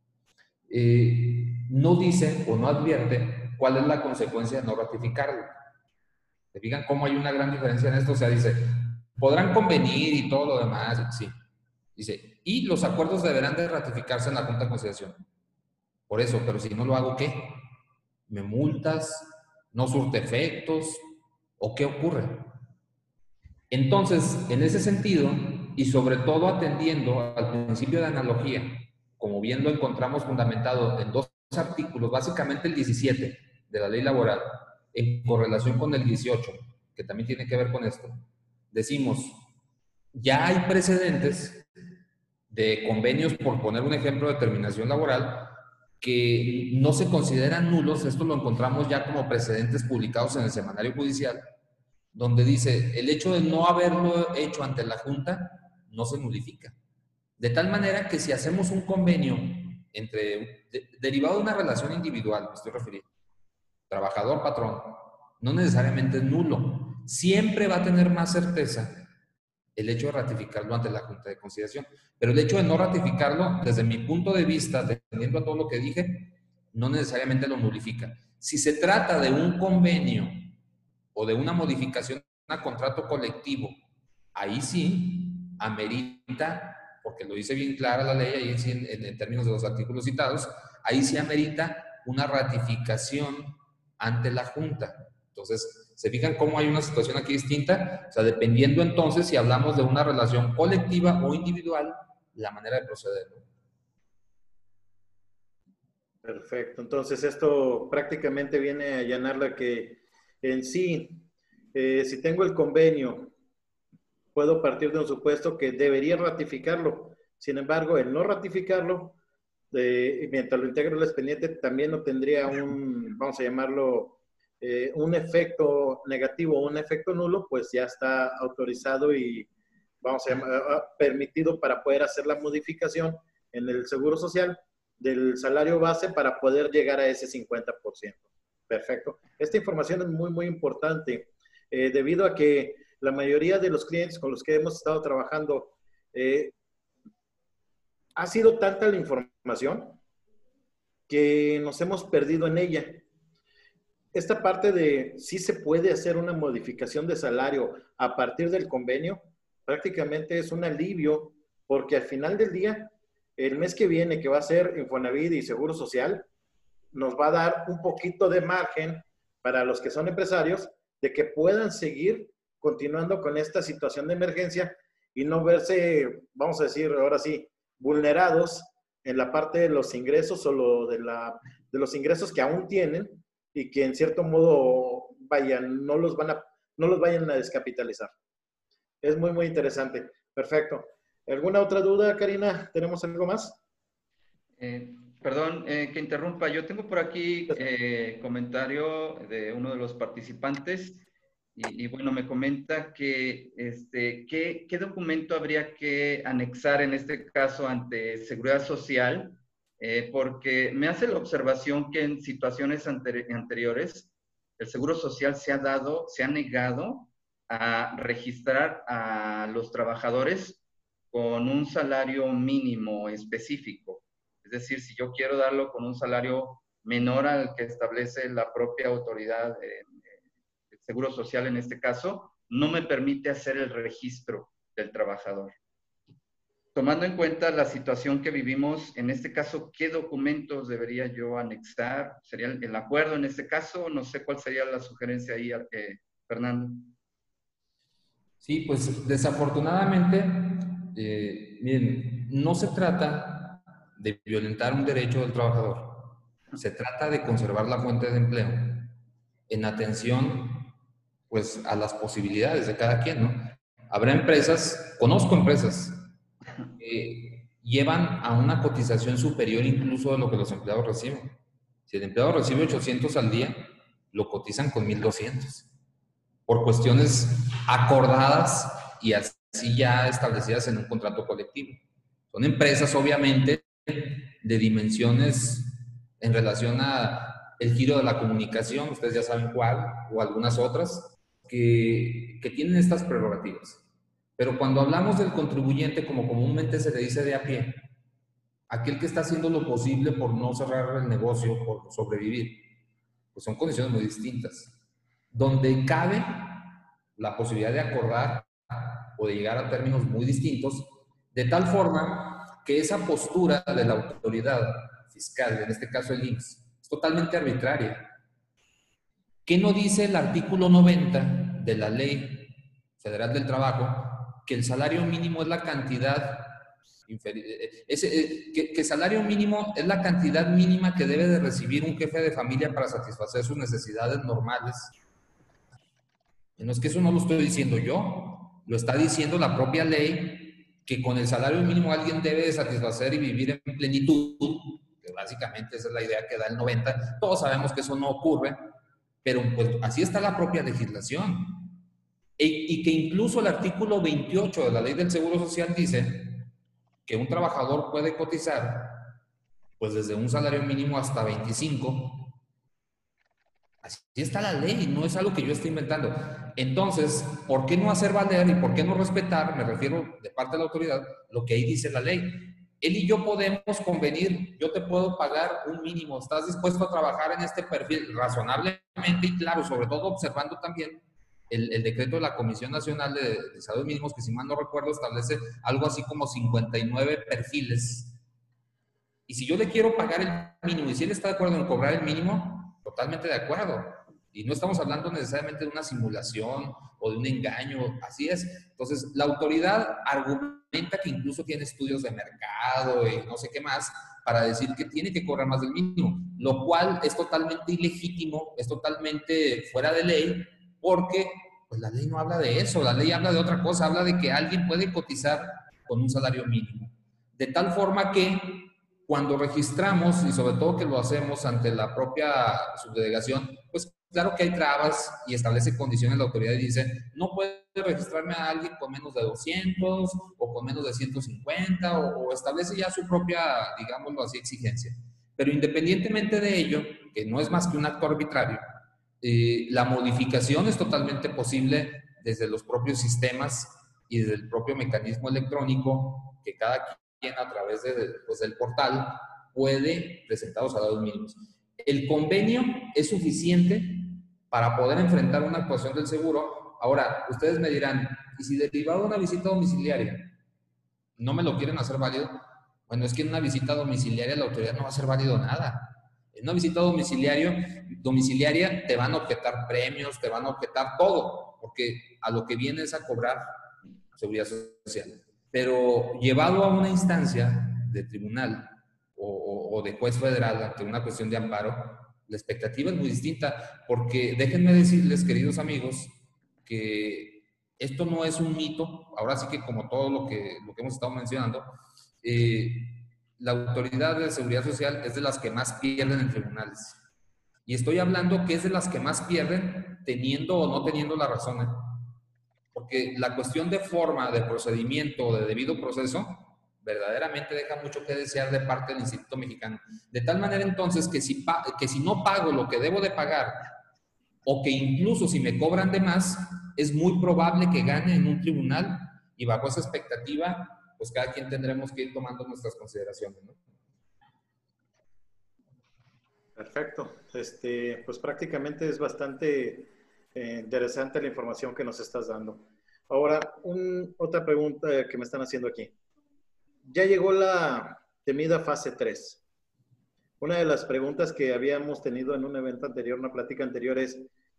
S2: No dice o no advierte cuál es la consecuencia de no ratificarlo. ¿Se fijan cómo hay una gran diferencia en esto? O sea, dice, podrán convenir y todo lo demás, sí. Dice, y los acuerdos deberán de ratificarse en la Junta de Conciliación. Por eso, pero si no lo hago, ¿qué? ¿Me multas? ¿No surte efectos? ¿O qué ocurre? Entonces, en ese sentido, y sobre todo atendiendo al principio de analogía, como bien lo encontramos fundamentado en dos artículos, básicamente el 17 de la ley laboral, en correlación con el 18, que también tiene que ver con esto, decimos, ya hay precedentes de convenios, por poner un ejemplo de terminación laboral, que no se consideran nulos. Esto lo encontramos ya como precedentes publicados en el semanario judicial, donde dice, el hecho de no haberlo hecho ante la Junta no se nulifica. De tal manera que si hacemos un convenio derivado de una relación individual, me estoy refiriendo, trabajador-patrón, no necesariamente es nulo. Siempre va a tener más certeza el hecho de ratificarlo ante la Junta de Conciliación. Pero el hecho de no ratificarlo, desde mi punto de vista, dependiendo a todo lo que dije, no necesariamente lo nulifica. Si se trata de un convenio o de una modificación a contrato colectivo, ahí sí amerita, porque lo dice bien clara la ley, ahí sí en términos de los artículos citados, ahí sí amerita una ratificación ante la Junta. Entonces, ¿se fijan cómo hay una situación aquí distinta? O sea, dependiendo entonces si hablamos de una relación colectiva o individual, la manera de proceder.
S1: Perfecto. Entonces, esto prácticamente viene a allanar la que en sí, si tengo el convenio, puedo partir de un supuesto que debería ratificarlo. Sin embargo, el no ratificarlo, mientras lo integro el expediente, también no tendría un, vamos a llamarlo, un efecto negativo o un efecto nulo, pues ya está autorizado y vamos a llamar, permitido para poder hacer la modificación en el Seguro Social del salario base para poder llegar a ese 50%. Perfecto. Esta información es muy, muy importante debido a que la mayoría de los clientes con los que hemos estado trabajando ha sido tanta la información que nos hemos perdido en ella. Esta parte de si se puede hacer una modificación de salario a partir del convenio, prácticamente es un alivio, porque al final del día, el mes que viene, que va a ser Infonavit y Seguro Social, nos va a dar un poquito de margen para los que son empresarios de que puedan seguir continuando con esta situación de emergencia y no verse, vamos a decir, ahora sí, vulnerados en la parte de los ingresos o de los ingresos que aún tienen y que en cierto modo vayan, no los vayan a descapitalizar. Es muy, muy interesante. Perfecto. ¿Alguna otra duda, Karina? ¿Tenemos algo más?
S4: Perdón que interrumpa. Yo tengo por aquí comentario de uno de los participantes y bueno, me comenta que ¿qué documento habría que anexar en este caso ante Seguridad Social? Porque me hace la observación que en situaciones anteriores el Seguro Social se ha negado a registrar a los trabajadores con un salario mínimo específico. Es decir, si yo quiero darlo con un salario menor al que establece la propia autoridad del Seguro Social en este caso, no me permite hacer el registro del trabajador. Tomando en cuenta la situación que vivimos, en este caso, ¿qué documentos debería yo anexar? ¿Sería el acuerdo en este caso? No sé cuál sería la sugerencia ahí, Fernando.
S2: Sí, pues desafortunadamente, miren, no se trata de violentar un derecho del trabajador. Se trata de conservar la fuente de empleo en atención, pues, a las posibilidades de cada quien, ¿no? Habrá empresas, conozco empresas, que llevan a una cotización superior incluso a lo que los empleados reciben. Si el empleado recibe 800 al día, lo cotizan con 1,200 por cuestiones acordadas y así ya establecidas en un contrato colectivo. Son empresas, obviamente, de dimensiones en relación a el giro de la comunicación, ustedes ya saben cuál, o algunas otras, que tienen estas prerrogativas. Pero cuando hablamos del contribuyente, como comúnmente se le dice de a pie, aquel que está haciendo lo posible por no cerrar el negocio, por sobrevivir, pues son condiciones muy distintas. Donde cabe la posibilidad de acordar o de llegar a términos muy distintos, de tal forma que esa postura de la autoridad fiscal, en este caso el IMSS, es totalmente arbitraria. ¿Qué no dice el artículo 90 de la Ley Federal del Trabajo? Que el salario mínimo es la cantidad Que salario mínimo es la cantidad mínima que debe de recibir un jefe de familia para satisfacer sus necesidades normales. No es que eso no lo estoy diciendo yo, lo está diciendo la propia ley, que con el salario mínimo alguien debe de satisfacer y vivir en plenitud, que básicamente esa es la idea que da el 90. Todos sabemos que eso no ocurre, pero pues así está la propia legislación. Y que incluso el artículo 28 de la ley del Seguro Social dice que un trabajador puede cotizar pues desde un salario mínimo hasta 25. Así está la ley, no es algo que yo esté inventando. Entonces, ¿por qué no hacer valer y por qué no respetar, me refiero de parte de la autoridad, lo que ahí dice la ley? Él y yo podemos convenir, yo te puedo pagar un mínimo, ¿estás dispuesto a trabajar en este perfil razonablemente? Y claro, sobre todo observando también el decreto de la Comisión Nacional de Salarios Mínimos, que si mal no recuerdo establece algo así como 59 perfiles. Y si yo le quiero pagar el mínimo y si él está de acuerdo en cobrar el mínimo, totalmente de acuerdo. Y no estamos hablando necesariamente de una simulación o de un engaño, así es. Entonces, la autoridad argumenta que incluso tiene estudios de mercado y no sé qué más para decir que tiene que cobrar más del mínimo, lo cual es totalmente ilegítimo, es totalmente fuera de ley, porque pues la ley no habla de eso, la ley habla de otra cosa, habla de que alguien puede cotizar con un salario mínimo. De tal forma que cuando registramos, y sobre todo que lo hacemos ante la propia subdelegación, pues claro que hay trabas y establece condiciones la autoridad y dice, no puede registrarme a alguien con menos de 200 o con menos de 150 o establece ya su propia, digámoslo así, exigencia. Pero independientemente de ello, que no es más que un acto arbitrario, la modificación es totalmente posible desde los propios sistemas y desde el propio mecanismo electrónico que cada quien a través pues, del portal puede presentar los salarios mínimos. El convenio es suficiente para poder enfrentar una actuación del seguro. Ahora, ustedes me dirán, ¿y si derivado de una visita domiciliaria no me lo quieren hacer válido? Bueno, es que en una visita domiciliaria la autoridad no va a hacer válido nada. En una visita domiciliaria te van a objetar premios, te van a objetar todo, porque a lo que viene es a cobrar seguridad social. Pero llevado a una instancia de tribunal o de juez federal ante una cuestión de amparo, la expectativa es muy distinta, porque déjenme decirles, queridos amigos, que esto no es un mito. Ahora sí que como todo lo que hemos estado mencionando, la autoridad de seguridad social es de las que más pierden en tribunales. Y estoy hablando que es de las que más pierden teniendo o no teniendo la razón, ¿eh? Porque la cuestión de forma, de procedimiento, de debido proceso, verdaderamente deja mucho que desear de parte del Instituto Mexicano. De tal manera entonces que si no pago lo que debo de pagar, o que incluso si me cobran de más, es muy probable que gane en un tribunal, y bajo esa expectativa, pues cada quien tendremos que ir tomando nuestras consideraciones, ¿no?
S1: Perfecto. Pues prácticamente es bastante interesante la información que nos estás dando. Ahora, otra pregunta que me están haciendo aquí. Ya llegó la temida fase 3. Una de las preguntas que habíamos tenido en un evento anterior, una plática anterior, es,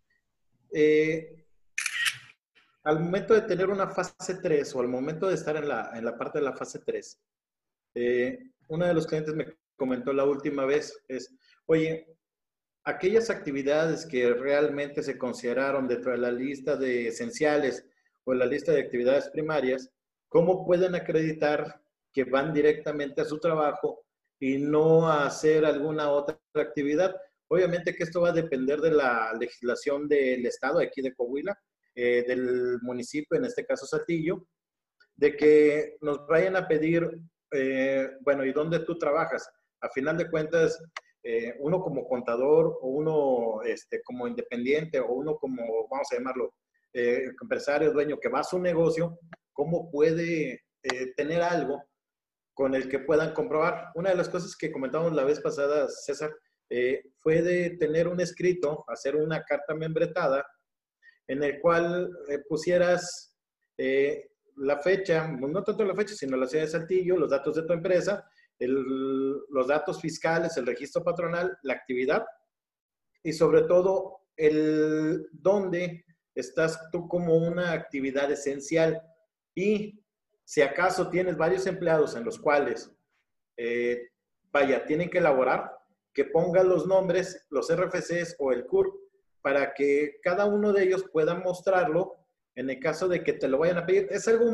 S1: al momento de tener una fase 3 o al momento de estar en la parte de la fase 3, uno de los clientes me comentó la última vez es, oye, aquellas actividades que realmente se consideraron dentro de la lista de esenciales o la lista de actividades primarias, ¿cómo pueden acreditar que van directamente a su trabajo y no a hacer alguna otra actividad? Obviamente que esto va a depender de la legislación del estado, aquí de Coahuila, del municipio, en este caso Saltillo, de que nos vayan a pedir, bueno, ¿y dónde tú trabajas? A final de cuentas, uno como contador o uno como independiente o uno como, vamos a llamarlo, empresario, dueño que va a su negocio, ¿cómo puede tener algo con el que puedan comprobar? Una de las cosas que comentamos la vez pasada, César, fue de tener un escrito, hacer una carta membretada en el cual pusieras la fecha, no tanto la fecha, sino la ciudad de Saltillo, los datos de tu empresa, los datos fiscales, el registro patronal, la actividad y sobre todo el dónde estás tú como una actividad esencial y Si acaso tienes varios empleados en los cuales, tienen que elaborar, que pongan los nombres, los RFCs o el CURP, para que cada uno de ellos pueda mostrarlo en el caso de que te lo vayan a pedir. Es algo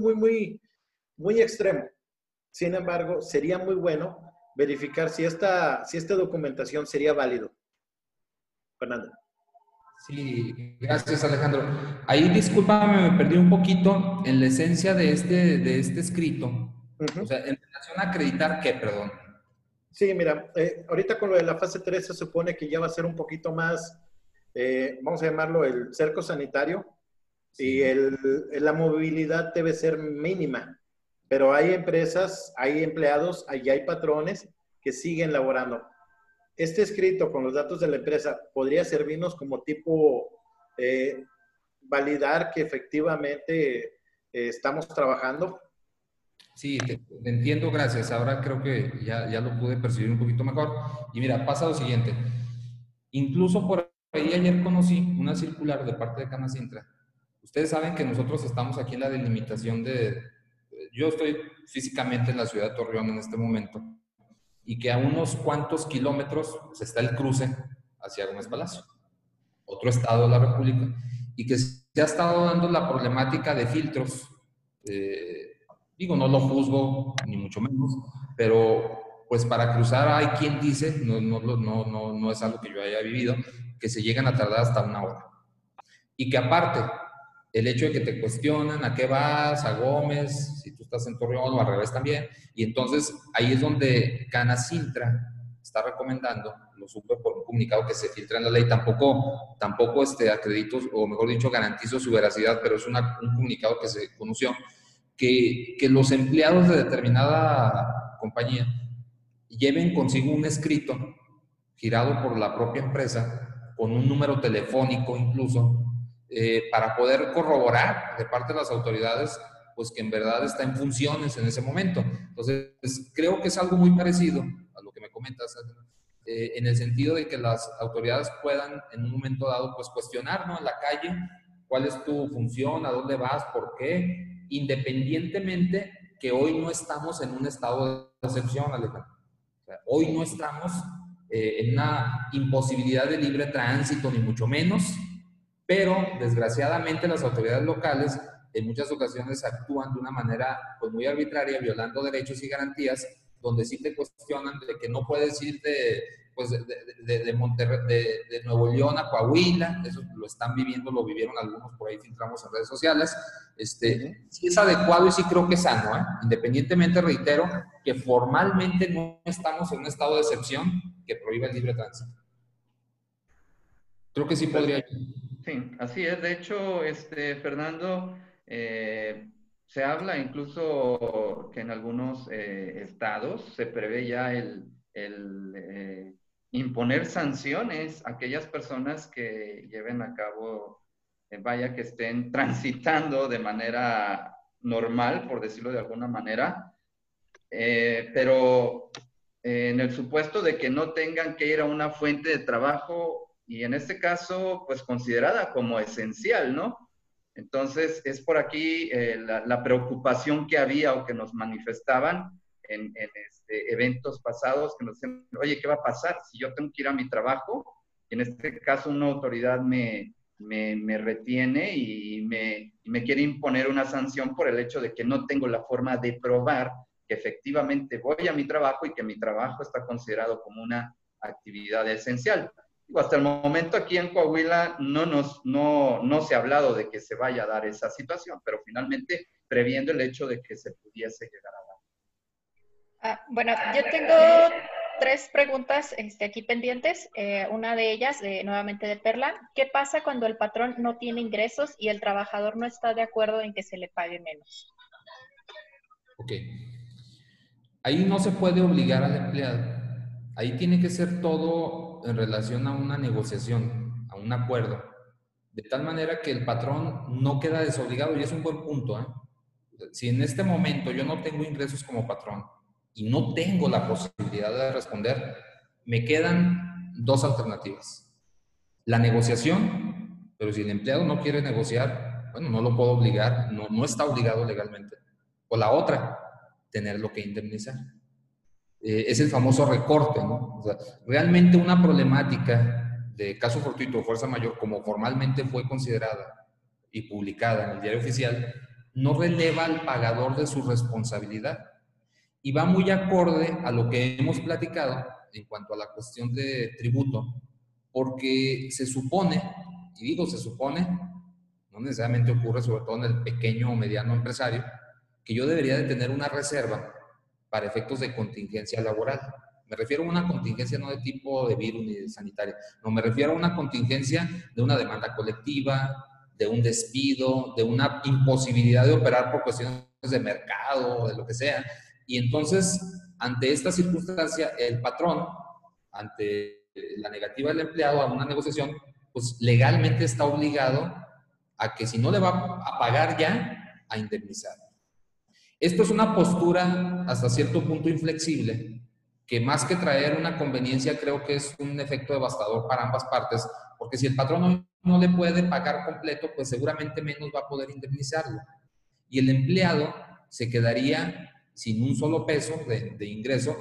S1: muy extremo. Sin embargo, sería muy bueno verificar si esta documentación sería válido. Fernando.
S2: Sí, gracias Alejandro. Ahí discúlpame, me perdí un poquito en la esencia de este escrito. O sea, en relación a acreditar qué, perdón.
S1: Sí, mira, ahorita con lo de la fase 3 se supone que ya va a ser un poquito más, vamos a llamarlo el cerco sanitario, y la movilidad debe ser mínima. Pero hay empresas, hay empleados, hay patrones que siguen laborando. Este escrito con los datos de la empresa podría servirnos como tipo validar que efectivamente estamos trabajando.
S2: Sí, te entiendo, gracias. Ahora creo que ya lo pude percibir un poquito mejor. Y mira, pasa lo siguiente. Incluso por ahí ayer conocí una circular de parte de Canacintra. Ustedes saben que nosotros estamos aquí en la delimitación yo estoy físicamente en la ciudad de Torreón en este momento, y que a unos cuantos kilómetros está el cruce hacia Gómez Palacio, otro estado de la República, y que se ha estado dando la problemática de filtros. Digo, no lo juzgo, ni mucho menos, pero pues para cruzar hay quien dice, no es algo que yo haya vivido, que se llegan a tardar hasta 1 hora. Y que aparte, el hecho de que te cuestionan a qué vas, a Gómez, si tú estás en Torreón o al revés también, y entonces ahí es donde Canacintra está recomendando, lo supe por un comunicado que se filtra en la ley, tampoco acredito, o mejor dicho, garantizo su veracidad, pero es un comunicado que se conoció, que los empleados de determinada compañía lleven consigo un escrito girado por la propia empresa, con un número telefónico incluso, para poder corroborar de parte de las autoridades, pues que en verdad está en funciones en ese momento. Entonces, creo que es algo muy parecido a lo que me comentas, en el sentido de que las autoridades puedan en un momento dado, pues cuestionar, ¿no?, en la calle, cuál es tu función, a dónde vas, por qué, independientemente que hoy no estamos en un estado de excepción, Alejandro. O sea, hoy no estamos en una imposibilidad de libre tránsito, ni mucho menos, pero desgraciadamente las autoridades locales en muchas ocasiones actúan de una manera pues muy arbitraria, violando derechos y garantías, donde sí te cuestionan de que no puedes ir de Monterrey, de Nuevo León a Coahuila. Eso lo están viviendo, lo vivieron algunos, por ahí filtramos en redes sociales. Sí es adecuado y sí creo que es sano, independientemente, reitero, que formalmente no estamos en un estado de excepción que prohíbe el libre tránsito. Creo que sí podría.
S4: Sí, así es. De hecho, Fernando, se habla incluso que en algunos estados se prevé ya el imponer sanciones a aquellas personas que lleven a cabo, que estén transitando de manera normal, por decirlo de alguna manera, pero en el supuesto de que no tengan que ir a una fuente de trabajo, y en este caso, pues considerada como esencial, ¿no? Entonces, es por aquí la preocupación que había o que nos manifestaban en eventos pasados, que nos decían, oye, ¿qué va a pasar si yo tengo que ir a mi trabajo? Y en este caso, una autoridad me retiene y me quiere imponer una sanción por el hecho de que no tengo la forma de probar que efectivamente voy a mi trabajo y que mi trabajo está considerado como una actividad esencial. Hasta el momento aquí en Coahuila no se ha hablado de que se vaya a dar esa situación, pero finalmente previendo el hecho de que se pudiese llegar a dar.
S3: Bueno, yo tengo 3 preguntas aquí pendientes. Una de ellas, nuevamente de Perla. ¿Qué pasa cuando el patrón no tiene ingresos y el trabajador no está de acuerdo en que se le pague menos?
S2: Ok. Ahí no se puede obligar al empleado. Ahí tiene que ser todo en relación a una negociación, a un acuerdo, de tal manera que el patrón no queda desobligado, y es un buen punto, ¿eh? Si en este momento yo no tengo ingresos como patrón y no tengo la posibilidad de responder, me quedan 2 alternativas. La negociación, pero si el empleado no quiere negociar, bueno, no lo puedo obligar, no está obligado legalmente. o la otra, tenerlo que indemnizar. Es el famoso recorte, ¿no? O sea, realmente una problemática de caso fortuito o fuerza mayor, como formalmente fue considerada y publicada en el diario oficial, no releva al pagador de su responsabilidad y va muy acorde a lo que hemos platicado en cuanto a la cuestión de tributo, porque se supone, y digo se supone, no necesariamente ocurre, sobre todo en el pequeño o mediano empresario, que yo debería de tener una reserva para efectos de contingencia laboral. Me refiero a una contingencia no de tipo de virus ni de sanitaria, no, me refiero a una contingencia de una demanda colectiva, de un despido, de una imposibilidad de operar por cuestiones de mercado o de lo que sea. Y entonces, ante esta circunstancia, el patrón, ante la negativa del empleado a una negociación, pues legalmente está obligado a que si no le va a pagar ya, a indemnizar. Esto es una postura hasta cierto punto inflexible, que más que traer una conveniencia, creo que es un efecto devastador para ambas partes, porque si el patrón no le puede pagar completo, pues seguramente menos va a poder indemnizarlo. Y el empleado se quedaría sin un solo peso de ingreso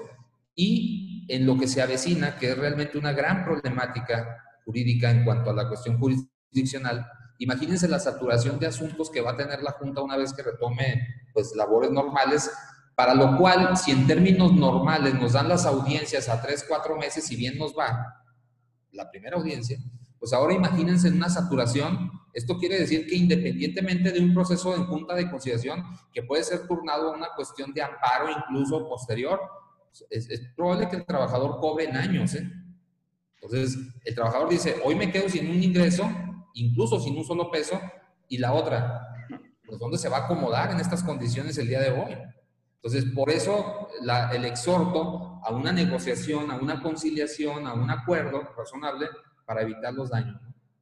S2: y en lo que se avecina, que es realmente una gran problemática jurídica en cuanto a la cuestión jurisdiccional, imagínense la saturación de asuntos que va a tener la Junta una vez que retome pues labores normales, para lo cual, si en términos normales nos dan las audiencias a 3, 4 meses, si bien nos va, la primera audiencia, pues ahora imagínense en una saturación. Esto quiere decir que independientemente de un proceso en junta de conciliación, que puede ser turnado a una cuestión de amparo incluso posterior, es probable que el trabajador cobre en años, ¿eh? Entonces, el trabajador dice, hoy me quedo sin un ingreso, incluso sin un solo peso, y la otra, pues ¿dónde se va a acomodar en estas condiciones el día de hoy? Entonces, por eso el exhorto a una negociación, a una conciliación, a un acuerdo razonable para evitar los daños.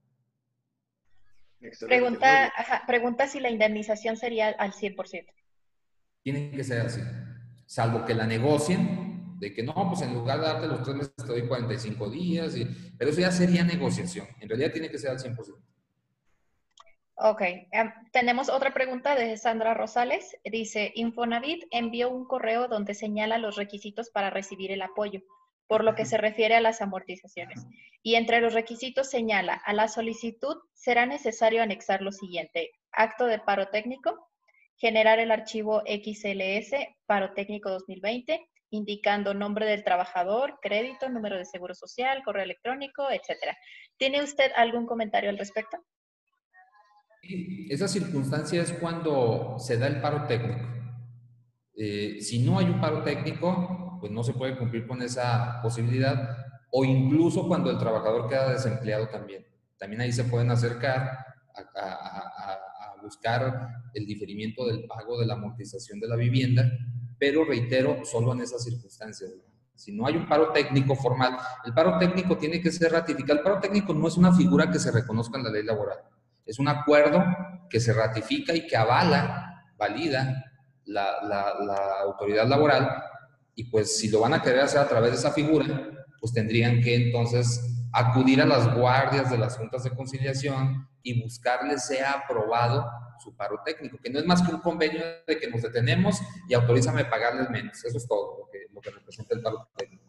S1: Excelente.
S3: Pregunta si la indemnización sería al 100%.
S2: Tiene que ser así, salvo que la negocien, de que no, pues en lugar de darte los 3 meses te doy 45 días, pero eso ya sería negociación. En realidad tiene que ser al 100%.
S3: Ok, tenemos otra pregunta de Sandra Rosales. Dice, Infonavit envió un correo donde señala los requisitos para recibir el apoyo, por lo que se refiere a las amortizaciones. Y entre los requisitos señala, a la solicitud será necesario anexar lo siguiente: acto de paro técnico, generar el archivo XLS, paro técnico 2020, indicando nombre del trabajador, crédito, número de seguro social, correo electrónico, etcétera. ¿Tiene usted algún comentario al respecto?
S2: Esa circunstancia es cuando se da el paro técnico. Si no hay un paro técnico, pues no se puede cumplir con esa posibilidad, o incluso cuando el trabajador queda desempleado también. También ahí se pueden acercar a buscar el diferimiento del pago de la amortización de la vivienda, pero reitero, solo en esas circunstancias. Si no hay un paro técnico formal, el paro técnico tiene que ser ratificado. El paro técnico no es una figura que se reconozca en la ley laboral. Es un acuerdo que se ratifica y que valida la autoridad laboral, y pues si lo van a querer hacer a través de esa figura, pues tendrían que entonces acudir a las guardias de las juntas de conciliación y buscarles sea aprobado su paro técnico, que no es más que un convenio de que nos detenemos y autorízame pagarles menos. Eso es todo lo que representa el paro técnico.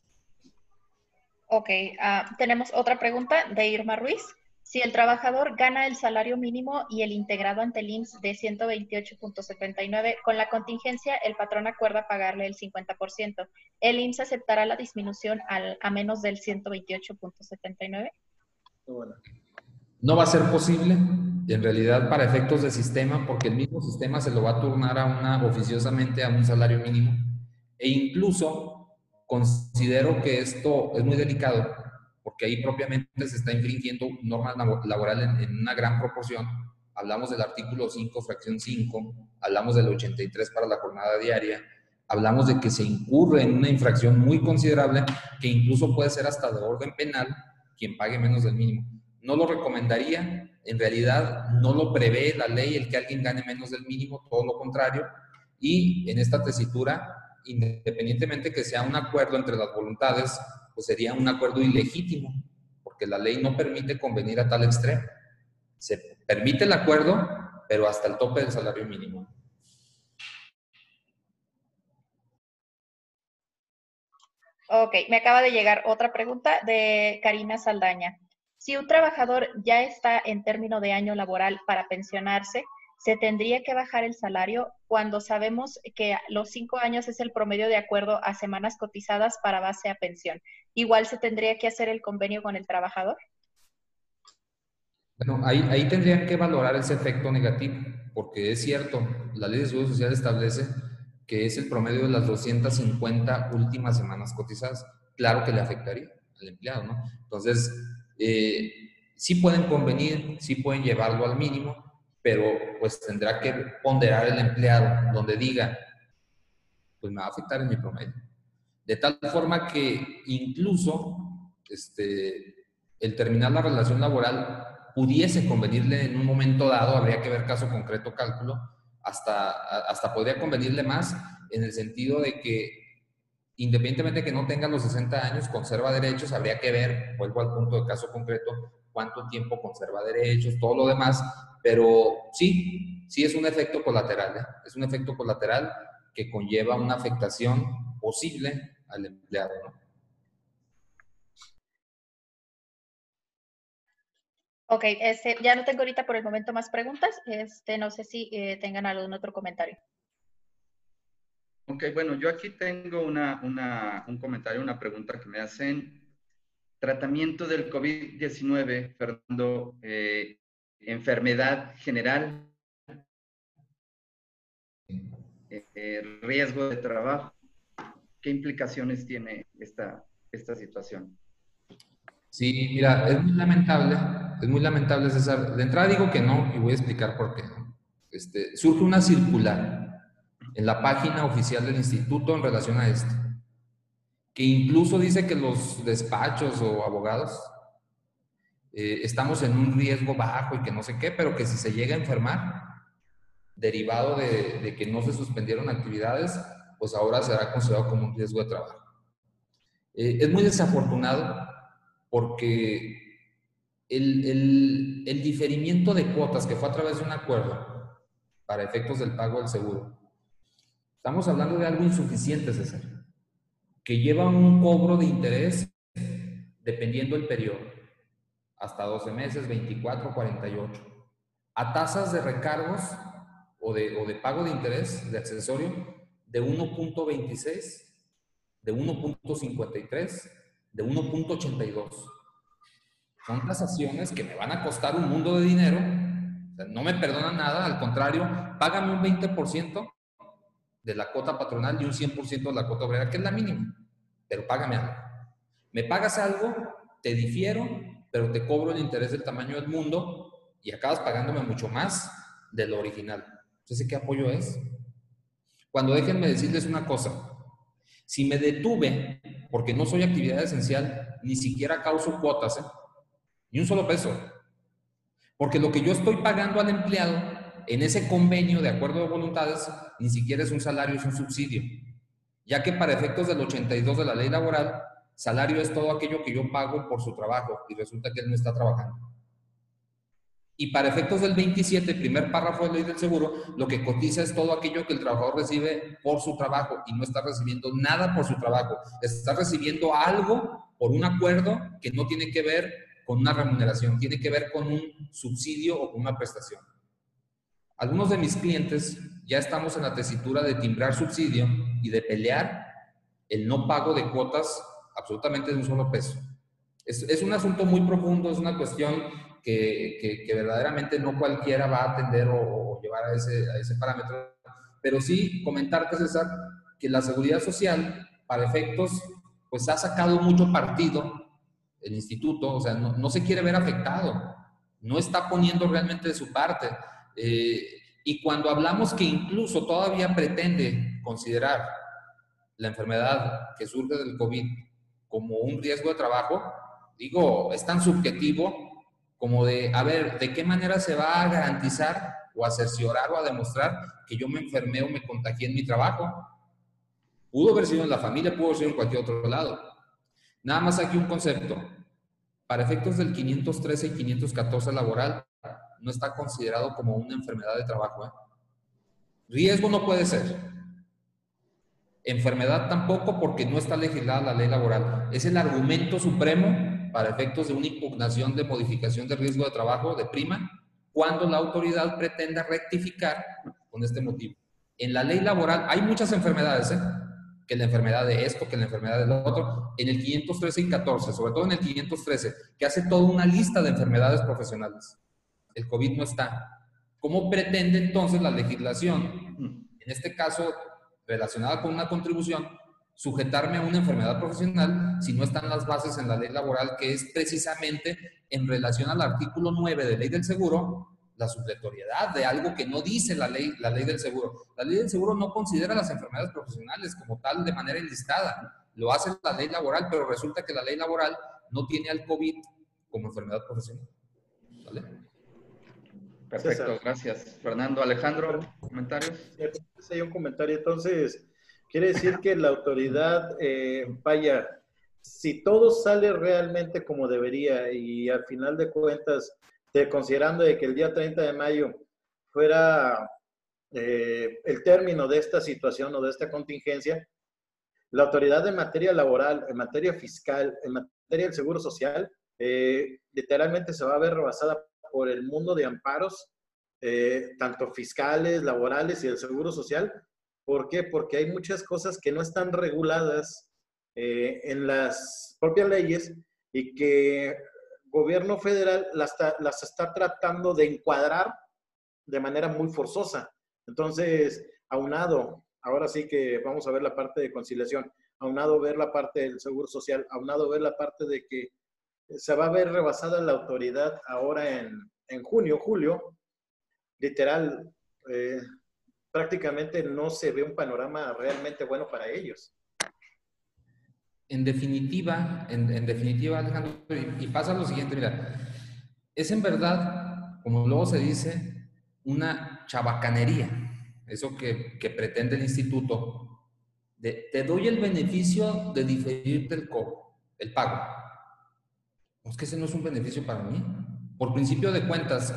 S3: Ok, tenemos otra pregunta de Irma Ruiz. Si el trabajador gana el salario mínimo y el integrado ante el IMSS de 128.79, con la contingencia el patrón acuerda pagarle el 50%, ¿el IMSS aceptará la disminución a menos del 128.79?
S1: Bueno.
S2: No va a ser posible, en realidad, para efectos de sistema, porque el mismo sistema se lo va a turnar oficiosamente a un salario mínimo. E incluso considero que esto es muy delicado, porque ahí propiamente se está infringiendo normas laborales en una gran proporción. Hablamos del artículo 5, fracción 5, hablamos del 83 para la jornada diaria, hablamos de que se incurre en una infracción muy considerable, que incluso puede ser hasta de orden penal quien pague menos del mínimo. No lo recomendaría, en realidad no lo prevé la ley el que alguien gane menos del mínimo, todo lo contrario, y en esta tesitura, independientemente que sea un acuerdo entre las voluntades, pues sería un acuerdo ilegítimo, porque la ley no permite convenir a tal extremo. Se permite el acuerdo, pero hasta el tope del salario mínimo.
S3: Ok, me acaba de llegar otra pregunta de Karina Saldaña. Si un trabajador ya está en término de año laboral para pensionarse, ¿se tendría que bajar el salario cuando sabemos que los 5 años es el promedio de acuerdo a semanas cotizadas para base a pensión? ¿Igual se tendría que hacer el convenio con el trabajador?
S2: Bueno, ahí tendrían que valorar ese efecto negativo, porque es cierto, la ley de seguro social establece que es el promedio de las 250 últimas semanas cotizadas. Claro que le afectaría al empleado, ¿no? Entonces, sí pueden convenir, sí pueden llevarlo al mínimo, pero pues tendrá que ponderar el empleado donde diga, pues me va a afectar en mi promedio. De tal forma que incluso el terminar la relación laboral pudiese convenirle en un momento dado, habría que ver caso concreto, cálculo, hasta podría convenirle más en el sentido de que independientemente de que no tenga los 60 años, conserva derechos, habría que ver, vuelvo al punto de caso concreto, cuánto tiempo conserva derechos, todo lo demás, pero sí es un efecto colateral, ¿eh? Es un efecto colateral que conlleva una afectación posible al empleado, ¿no?
S3: Ok, ya no tengo ahorita por el momento más preguntas. No sé si tengan algún otro comentario.
S4: Ok, bueno, yo aquí tengo un comentario, una pregunta que me hacen. Tratamiento del COVID-19, Fernando, enfermedad general, riesgo de trabajo. ¿Qué implicaciones tiene esta situación?
S2: Sí, mira, es muy lamentable, César. De entrada digo que no, y voy a explicar por qué. Surge una circular en la página oficial del instituto en relación a esto, que incluso dice que los despachos o abogados estamos en un riesgo bajo y que no sé qué, pero que si se llega a enfermar, derivado de que no se suspendieron actividades, pues ahora será considerado como un riesgo de trabajo. Es muy desafortunado porque el diferimiento de cuotas que fue a través de un acuerdo para efectos del pago del seguro, estamos hablando de algo insuficiente, César, que lleva un cobro de interés dependiendo del periodo, hasta 12 meses, 24, 48, a tasas de recargos o de pago de interés de accesorio de 1.26, de 1.53, de 1.82. Son tasaciones que me van a costar un mundo de dinero, o sea, no me perdonan nada, al contrario, págame un 20% de la cuota patronal y un 100% de la cuota obrera, que es la mínima, pero págame algo. Me pagas algo, te difiero, pero te cobro el interés del tamaño del mundo y acabas pagándome mucho más de lo original. Entonces, ¿qué apoyo es? Cuando déjenme decirles una cosa, si me detuve porque no soy actividad esencial, ni siquiera causo cuotas, ni un solo peso. Porque lo que yo estoy pagando al empleado en ese convenio de acuerdo de voluntades ni siquiera es un salario, es un subsidio. Ya que para efectos del 82 de la ley laboral, salario es todo aquello que yo pago por su trabajo y resulta que él no está trabajando. Y para efectos del 27, primer párrafo de la ley del seguro, lo que cotiza es todo aquello que el trabajador recibe por su trabajo y no está recibiendo nada por su trabajo. Está recibiendo algo por un acuerdo que no tiene que ver con una remuneración, tiene que ver con un subsidio o con una prestación. Algunos de mis clientes ya estamos en la tesitura de timbrar subsidio y de pelear el no pago de cuotas absolutamente de un solo peso. Es un asunto muy profundo, es una cuestión que verdaderamente no cualquiera va a atender o llevar a ese parámetro. Pero sí comentarte, César, que la seguridad social, para efectos, pues ha sacado mucho partido el instituto, o sea, no se quiere ver afectado, no está poniendo realmente de su parte. Y cuando hablamos que incluso todavía pretende considerar la enfermedad que surge del COVID como un riesgo de trabajo, digo, es tan subjetivo como de, a ver, ¿de qué manera se va a garantizar o a cerciorar o a demostrar que yo me enfermé o me contagié en mi trabajo? Pudo haber sido en la familia, pudo haber sido en cualquier otro lado. Nada más aquí un concepto. Para efectos del 513 y 514 laboral, no está considerado como una enfermedad de trabajo, ¿eh? Riesgo no puede ser. Enfermedad tampoco, porque no está legislada la ley laboral. Es el argumento supremo para efectos de una impugnación de modificación de riesgo de trabajo de prima, cuando la autoridad pretenda rectificar con este motivo. En la ley laboral hay muchas enfermedades, que la enfermedad de esto, que la enfermedad del otro. En el 513 y 14, sobre todo en el 513, que hace toda una lista de enfermedades profesionales. El COVID no está. ¿Cómo pretende entonces la legislación, en este caso relacionada con una contribución, sujetarme a una enfermedad profesional si no están las bases en la ley laboral, que es precisamente en relación al artículo 9 de Ley del Seguro, la supletoriedad de algo que no dice la ley del seguro? La ley del seguro no considera las enfermedades profesionales como tal de manera enlistada. Lo hace la ley laboral, pero resulta que la ley laboral no tiene al COVID como enfermedad profesional. ¿Vale?
S4: Perfecto,
S1: César.
S4: Gracias. Fernando, Alejandro, ¿comentarios?
S1: Sí, hay un comentario. Entonces, quiere decir que la autoridad, vaya, si todo sale realmente como debería y al final de cuentas, considerando de que el día 30 de mayo fuera el término de esta situación o de esta contingencia, la autoridad en materia laboral, en materia fiscal, en materia del seguro social, literalmente se va a ver rebasada por el mundo de amparos, tanto fiscales, laborales y del seguro social. ¿Por qué? Porque hay muchas cosas que no están reguladas en las propias leyes y que el gobierno federal las está tratando de encuadrar de manera muy forzosa. Entonces, aunado, ahora sí que vamos a ver la parte de conciliación, aunado ver la parte del seguro social, aunado ver la parte de que se va a ver rebasada la autoridad ahora en junio, julio, literal, prácticamente no se ve un panorama realmente bueno para ellos.
S2: En definitiva, Alejandro, y pasa lo siguiente, mira, es en verdad, como luego se dice, una chabacanería, eso que pretende el instituto, te doy el beneficio de diferirte el cobro, el pago. Es que ese no es un beneficio para mí. Por principio de cuentas,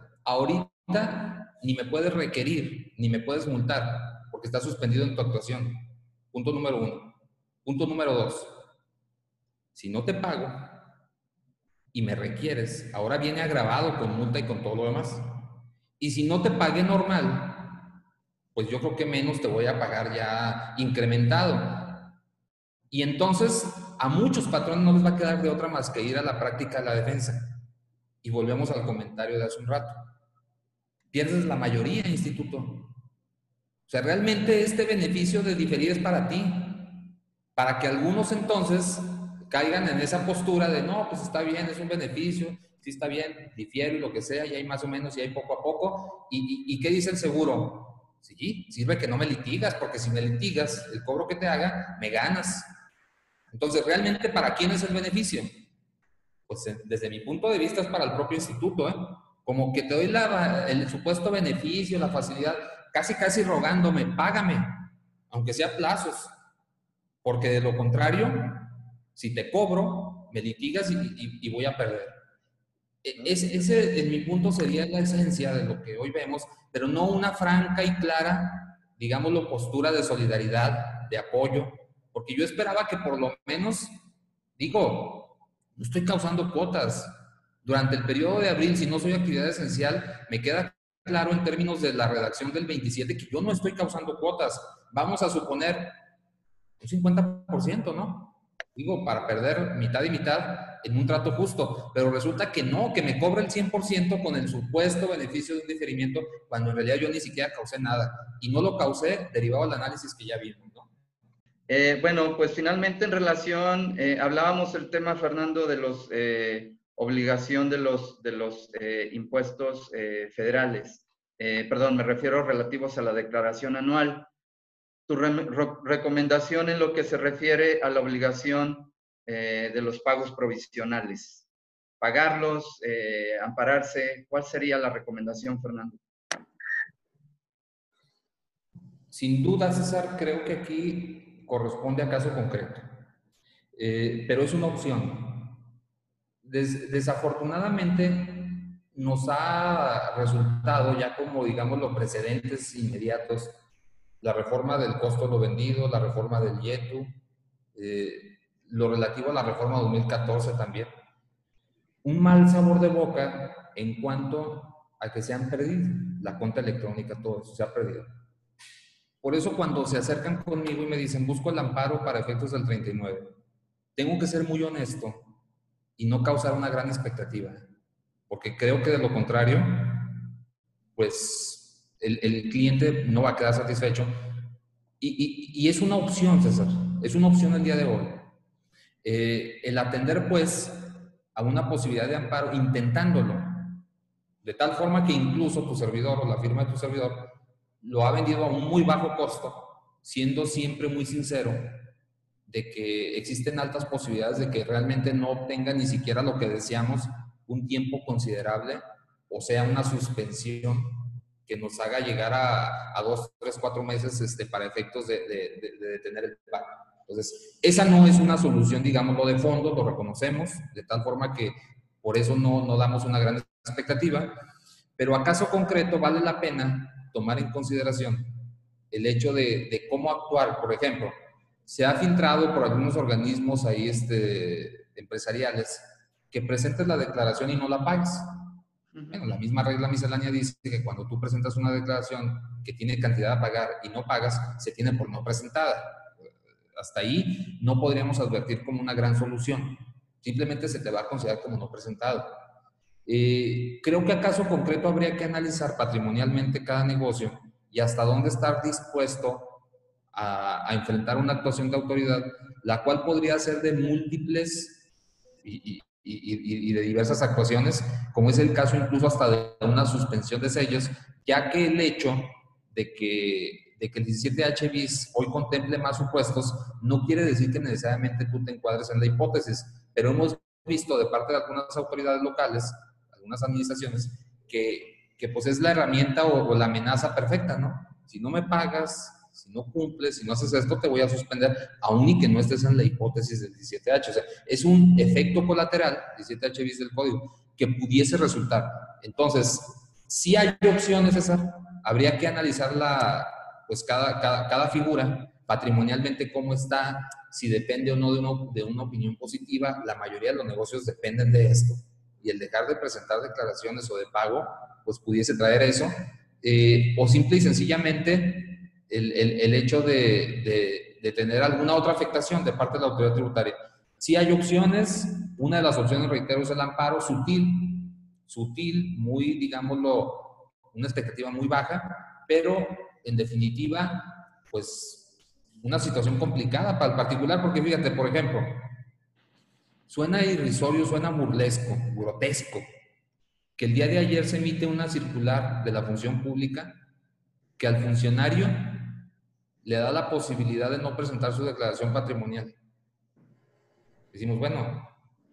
S2: ahorita ni me puedes requerir, ni me puedes multar, porque está suspendido en tu actuación. Punto número 1. Punto número 2. Si no te pago y me requieres, ahora viene agravado con multa y con todo lo demás. Y si no te pagué normal, pues yo creo que menos te voy a pagar ya incrementado. Y entonces a muchos patrones no les va a quedar de otra más que ir a la práctica de la defensa. Y volvemos al comentario de hace un rato. Pierdes la mayoría, instituto. O sea, realmente este beneficio de diferir es para ti. Para que algunos entonces caigan en esa postura de no, pues está bien, es un beneficio, sí está bien, difiero y lo que sea, y hay más o menos, y hay poco a poco. ¿Y qué dice el seguro? Sí, sirve que no me litigas, porque si me litigas, el cobro que te haga, me ganas. Entonces, ¿realmente para quién es el beneficio? Pues desde mi punto de vista es para el propio instituto, ¿eh? Como que te doy el supuesto beneficio, la facilidad, casi rogándome, págame, aunque sea plazos, porque de lo contrario, si te cobro, me litigas y voy a perder. Ese, en mi punto, sería la esencia de lo que hoy vemos, pero no una franca y clara, digámoslo, postura de solidaridad, de apoyo, porque yo esperaba que por lo menos, digo, no estoy causando cuotas. Durante el periodo de abril, si no soy actividad esencial, me queda claro en términos de la redacción del 27 que yo no estoy causando cuotas. Vamos a suponer un 50%, ¿no? Digo, para perder mitad y mitad en un trato justo, pero resulta que no, que me cobra el 100% con el supuesto beneficio de un diferimiento, cuando en realidad yo ni siquiera causé nada, y no lo causé derivado del análisis que ya vimos, ¿no?
S4: Bueno, pues finalmente en relación, hablábamos el tema, Fernando, de los obligación de los impuestos federales. Perdón, me refiero relativos a la declaración anual. Tu recomendación en lo que se refiere a la obligación de los pagos provisionales. Pagarlos, ampararse, ¿cuál sería la recomendación, Fernando?
S2: Sin duda, César, creo que aquí corresponde a caso concreto, pero es una opción. Desafortunadamente, nos ha resultado ya como, digamos, los precedentes inmediatos, la reforma del costo de lo vendido, la reforma del IETU, lo relativo a la reforma 2014 también. Un mal sabor de boca en cuanto a que se han perdido la cuenta electrónica, todo eso se ha perdido. Por eso cuando se acercan conmigo y me dicen, busco el amparo para efectos del 39, tengo que ser muy honesto y no causar una gran expectativa, porque creo que de lo contrario, pues el cliente no va a quedar satisfecho. Y es una opción, César, es una opción el día de hoy. El atender, pues, a una posibilidad de amparo, intentándolo, de tal forma que incluso tu servidor o la firma de tu servidor lo ha vendido a un muy bajo costo, siendo siempre muy sincero de que existen altas posibilidades de que realmente no obtenga ni siquiera lo que deseamos, un tiempo considerable, o sea, una suspensión que nos haga llegar a 2, 3, 4 meses para efectos de detener el pago. Entonces, esa no es una solución, digámoslo, de fondo, lo reconocemos, de tal forma que por eso no damos una gran expectativa, pero a caso concreto vale la pena tomar en consideración el hecho de cómo actuar. Por ejemplo, se ha filtrado por algunos organismos ahí empresariales que presentes la declaración y no la pagues. Bueno, la misma regla miscelánea dice que cuando tú presentas una declaración que tiene cantidad a pagar y no pagas, se tiene por no presentada. Hasta ahí no podríamos advertir como una gran solución. Simplemente se te va a considerar como no presentado. Creo que a caso concreto habría que analizar patrimonialmente cada negocio y hasta dónde estar dispuesto a enfrentar una actuación de autoridad, la cual podría ser de múltiples y de diversas actuaciones, como es el caso incluso hasta de una suspensión de sellos, ya que el hecho de que el 17H bis hoy contemple más supuestos no quiere decir que necesariamente tú te encuadres en la hipótesis, pero hemos visto de parte de algunas autoridades locales, algunas administraciones, que pues es la herramienta o la amenaza perfecta, ¿no? Si no me pagas, si no cumples, si no haces esto, te voy a suspender, aun y que no estés en la hipótesis del 17H. O sea, es un efecto colateral, 17H bis del código, que pudiese resultar. Entonces, si hay opciones, César, habría que analizarla, pues cada figura patrimonialmente cómo está, si depende o no de una opinión positiva. La mayoría de los negocios dependen de esto, y el dejar de presentar declaraciones o de pago, pues pudiese traer eso, o simple y sencillamente el hecho de tener alguna otra afectación de parte de la autoridad tributaria. Si hay opciones, una de las opciones, reitero, es el amparo sutil, muy, digámoslo, una expectativa muy baja, pero en definitiva, pues una situación complicada para el particular, porque fíjate, por ejemplo, suena irrisorio, suena burlesco, grotesco, que el día de ayer se emite una circular de la función pública que al funcionario le da la posibilidad de no presentar su declaración patrimonial. Decimos, bueno,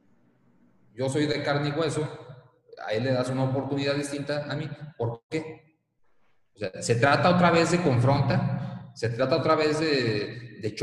S2: yo soy de carne y hueso, a él le das una oportunidad distinta a mí. ¿Por qué? O sea, se trata otra vez de confronta, se trata otra vez de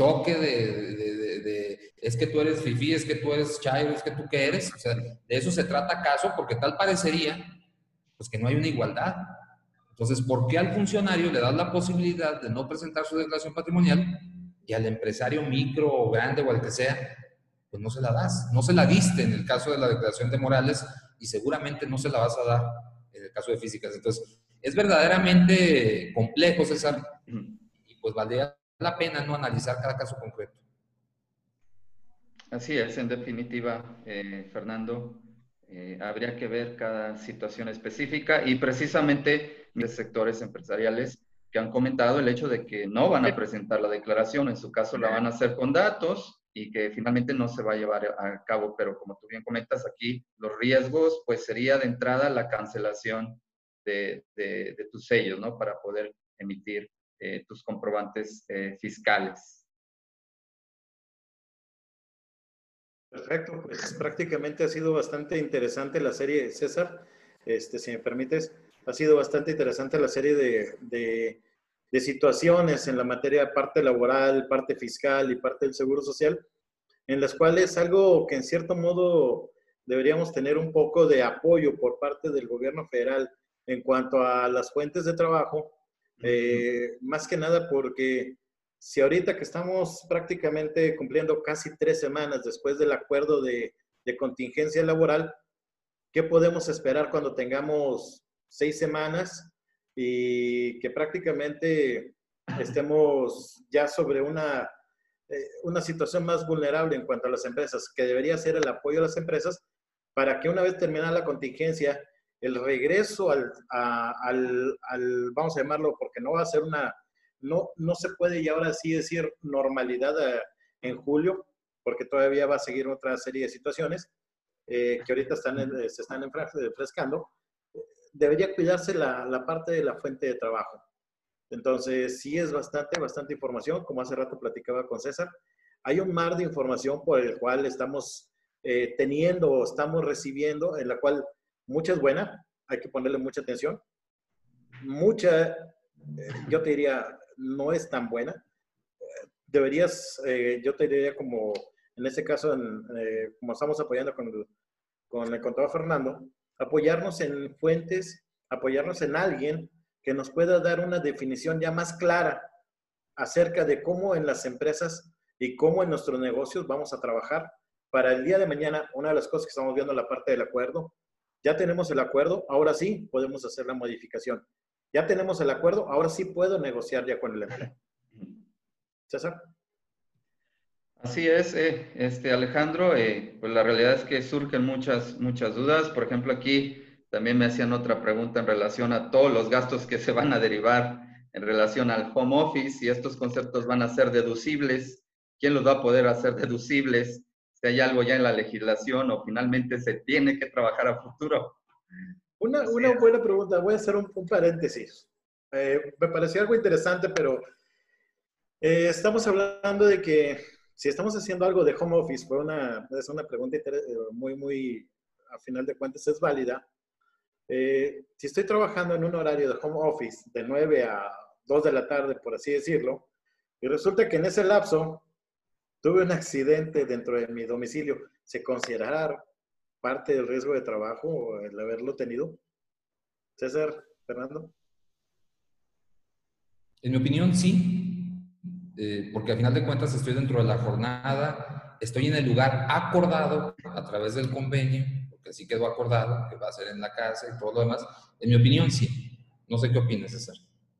S2: choque, es que tú eres fifí, es que tú eres chairo, es que tú qué eres. O sea, de eso se trata acaso, porque tal parecería pues que no hay una igualdad. Entonces, ¿por qué al funcionario le das la posibilidad de no presentar su declaración patrimonial y al empresario micro o grande o al que sea, pues no se la das? No se la diste en el caso de la declaración de morales y seguramente no se la vas a dar en el caso de físicas. Entonces, es verdaderamente complejo, César, y pues valdría la pena no analizar cada caso concreto.
S4: Así es, en definitiva, Fernando, habría que ver cada situación específica y precisamente los sectores empresariales que han comentado el hecho de que no van a presentar la declaración, en su caso la van a hacer con datos y que finalmente no se va a llevar a cabo, pero como tú bien comentas aquí, los riesgos pues sería de entrada la cancelación de tus sellos, ¿no? Para poder emitir tus comprobantes fiscales.
S1: Perfecto, pues prácticamente ha sido bastante interesante la serie, César, si me permites, ha sido bastante interesante la serie de situaciones en la materia parte laboral, parte fiscal y parte del seguro social, en las cuales algo que en cierto modo deberíamos tener un poco de apoyo por parte del gobierno federal en cuanto a las fuentes de trabajo, Más que nada porque si ahorita que estamos prácticamente cumpliendo casi 3 semanas después del acuerdo de contingencia laboral, ¿qué podemos esperar cuando tengamos 6 semanas y que prácticamente estemos ya sobre una situación más vulnerable en cuanto a las empresas, que debería ser el apoyo a las empresas para que una vez terminada la contingencia, el regreso vamos a llamarlo, porque no va a ser no se puede ya ahora sí decir normalidad en julio, porque todavía va a seguir otra serie de situaciones que ahorita se están refrescando. Debería cuidarse la parte de la fuente de trabajo. Entonces, sí es bastante información, como hace rato platicaba con César. Hay un mar de información por el cual estamos teniendo o estamos recibiendo, en la cual mucha es buena, hay que ponerle mucha atención. Mucha, yo te diría, no es tan buena. Deberías, yo te diría como, en este caso, como estamos apoyando con el contador Fernando, apoyarnos en fuentes, apoyarnos en alguien que nos pueda dar una definición ya más clara acerca de cómo en las empresas y cómo en nuestros negocios vamos a trabajar para el día de mañana. Una de las cosas que estamos viendo en la parte del acuerdo, ya tenemos el acuerdo, ahora sí podemos hacer la modificación. Ya tenemos el acuerdo, ahora sí puedo negociar ya con el empleo. César.
S4: Así es, Alejandro, pues la realidad es que surgen muchas dudas. Por ejemplo, aquí también me hacían otra pregunta en relación a todos los gastos que se van a derivar en relación al home office, y estos conceptos van a ser deducibles. ¿Quién los va a poder hacer deducibles? Si hay algo ya en la legislación o finalmente se tiene que trabajar a futuro.
S1: Una buena pregunta. Voy a hacer un paréntesis. Me pareció algo interesante, pero estamos hablando de que si estamos haciendo algo de home office, es una pregunta muy, a final de cuentas, es válida. Si estoy trabajando en un horario de home office de 9 a 2 de la tarde, por así decirlo, y resulta que en ese lapso tuve un accidente dentro de mi domicilio, ¿se considerará parte del riesgo de trabajo el haberlo tenido? César, Fernando.
S2: En mi opinión, sí. Porque al final de cuentas estoy dentro de la jornada, estoy en el lugar acordado a través del convenio, porque así quedó acordado, que va a ser en la casa y todo lo demás. En mi opinión, sí. No sé qué opinas, César.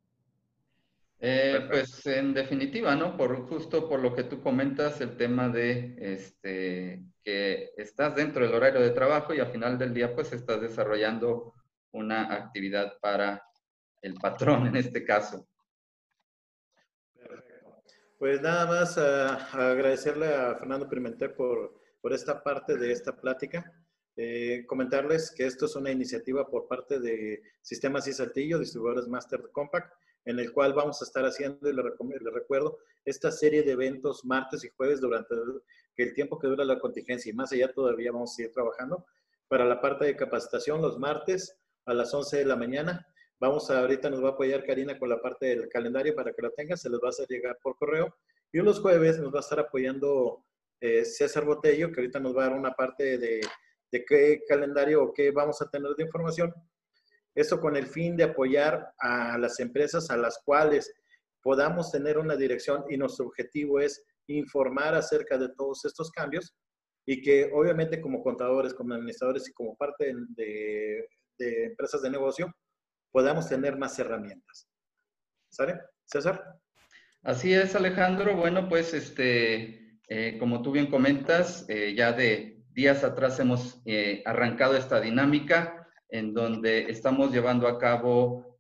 S4: Pues en definitiva, ¿no? Justo por lo que tú comentas, el tema de que estás dentro del horario de trabajo y al final del día pues estás desarrollando una actividad para el patrón en este caso.
S1: Perfecto. Pues nada más agradecerle a Fernando Pimentel por esta parte de esta plática. Comentarles que esto es una iniciativa por parte de Sistemas y Saltillo, distribuidores Master Compact, en el cual vamos a estar haciendo, y les recuerdo, esta serie de eventos martes y jueves durante el tiempo que dura la contingencia, y más allá todavía vamos a seguir trabajando para la parte de capacitación los martes a las 11 de la mañana. Ahorita nos va a apoyar Karina con la parte del calendario para que lo tengan, se les va a hacer llegar por correo. Y los jueves nos va a estar apoyando César Botello, que ahorita nos va a dar una parte de qué calendario o qué vamos a tener de información. Eso con el fin de apoyar a las empresas a las cuales podamos tener una dirección, y nuestro objetivo es informar acerca de todos estos cambios, y que obviamente como contadores, como administradores y como parte de empresas de negocio podamos tener más herramientas. ¿Sale, César?
S4: Así es, Alejandro. Bueno, pues como tú bien comentas, ya de días atrás hemos arrancado esta dinámica en donde estamos llevando a cabo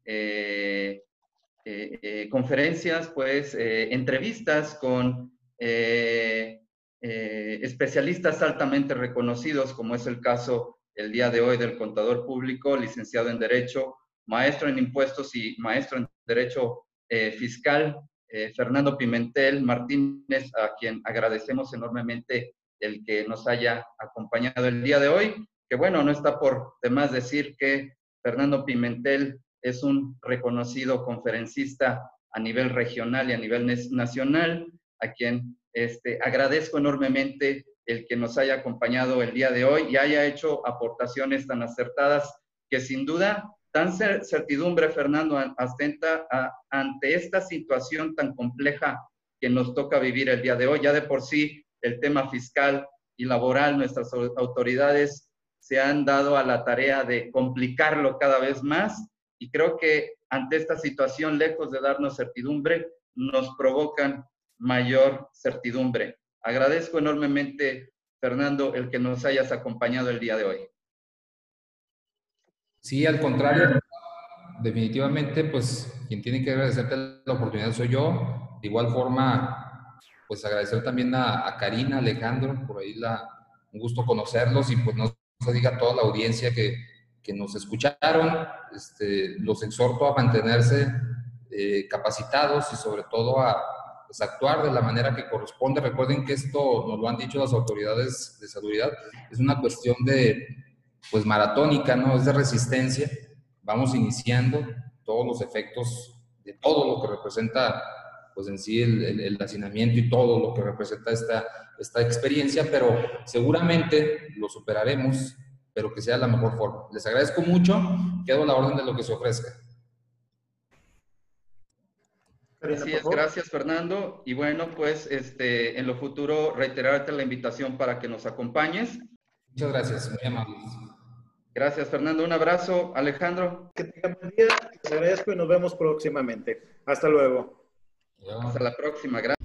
S4: conferencias, pues entrevistas con especialistas altamente reconocidos, como es el caso el día de hoy del contador público, licenciado en Derecho, maestro en Impuestos y maestro en Derecho Fiscal, Fernando Pimentel Martínez, a quien agradecemos enormemente el que nos haya acompañado el día de hoy. Que bueno, no está por demás decir que Fernando Pimentel es un reconocido conferencista a nivel regional y a nivel nacional, a quien agradezco enormemente el que nos haya acompañado el día de hoy y haya hecho aportaciones tan acertadas que sin duda certidumbre, Fernando, ante esta situación tan compleja que nos toca vivir el día de hoy. Ya de por sí, el tema fiscal y laboral, nuestras autoridades se han dado a la tarea de complicarlo cada vez más, y creo que ante esta situación, lejos de darnos certidumbre, nos provocan mayor certidumbre. Agradezco enormemente, Fernando, el que nos hayas acompañado el día de hoy.
S2: Sí, al contrario, definitivamente, pues quien tiene que agradecerte la oportunidad soy yo. De igual forma, pues agradecer también a Karina, Alejandro, por ahí un gusto conocerlos, y pues no se diga a toda la audiencia que nos escucharon. Los exhorto a mantenerse capacitados y sobre todo a pues, actuar de la manera que corresponde. Recuerden que esto nos lo han dicho las autoridades de salubridad, es una cuestión de pues maratónica, ¿no? Es de resistencia. Vamos iniciando todos los efectos de todo lo que representa, pues en sí, el hacinamiento y todo lo que representa esta experiencia, pero seguramente lo superaremos, pero que sea la mejor forma. Les agradezco mucho, quedo a la orden de lo que se ofrezca.
S4: Así es, gracias, Fernando. Y bueno, pues en lo futuro reiterarte la invitación para que nos acompañes.
S2: Muchas gracias, muy amables.
S4: Gracias, Fernando. Un abrazo. Alejandro.
S1: Que tengan buen día, les agradezco y nos vemos próximamente. Hasta luego.
S4: Hasta la próxima. Gracias.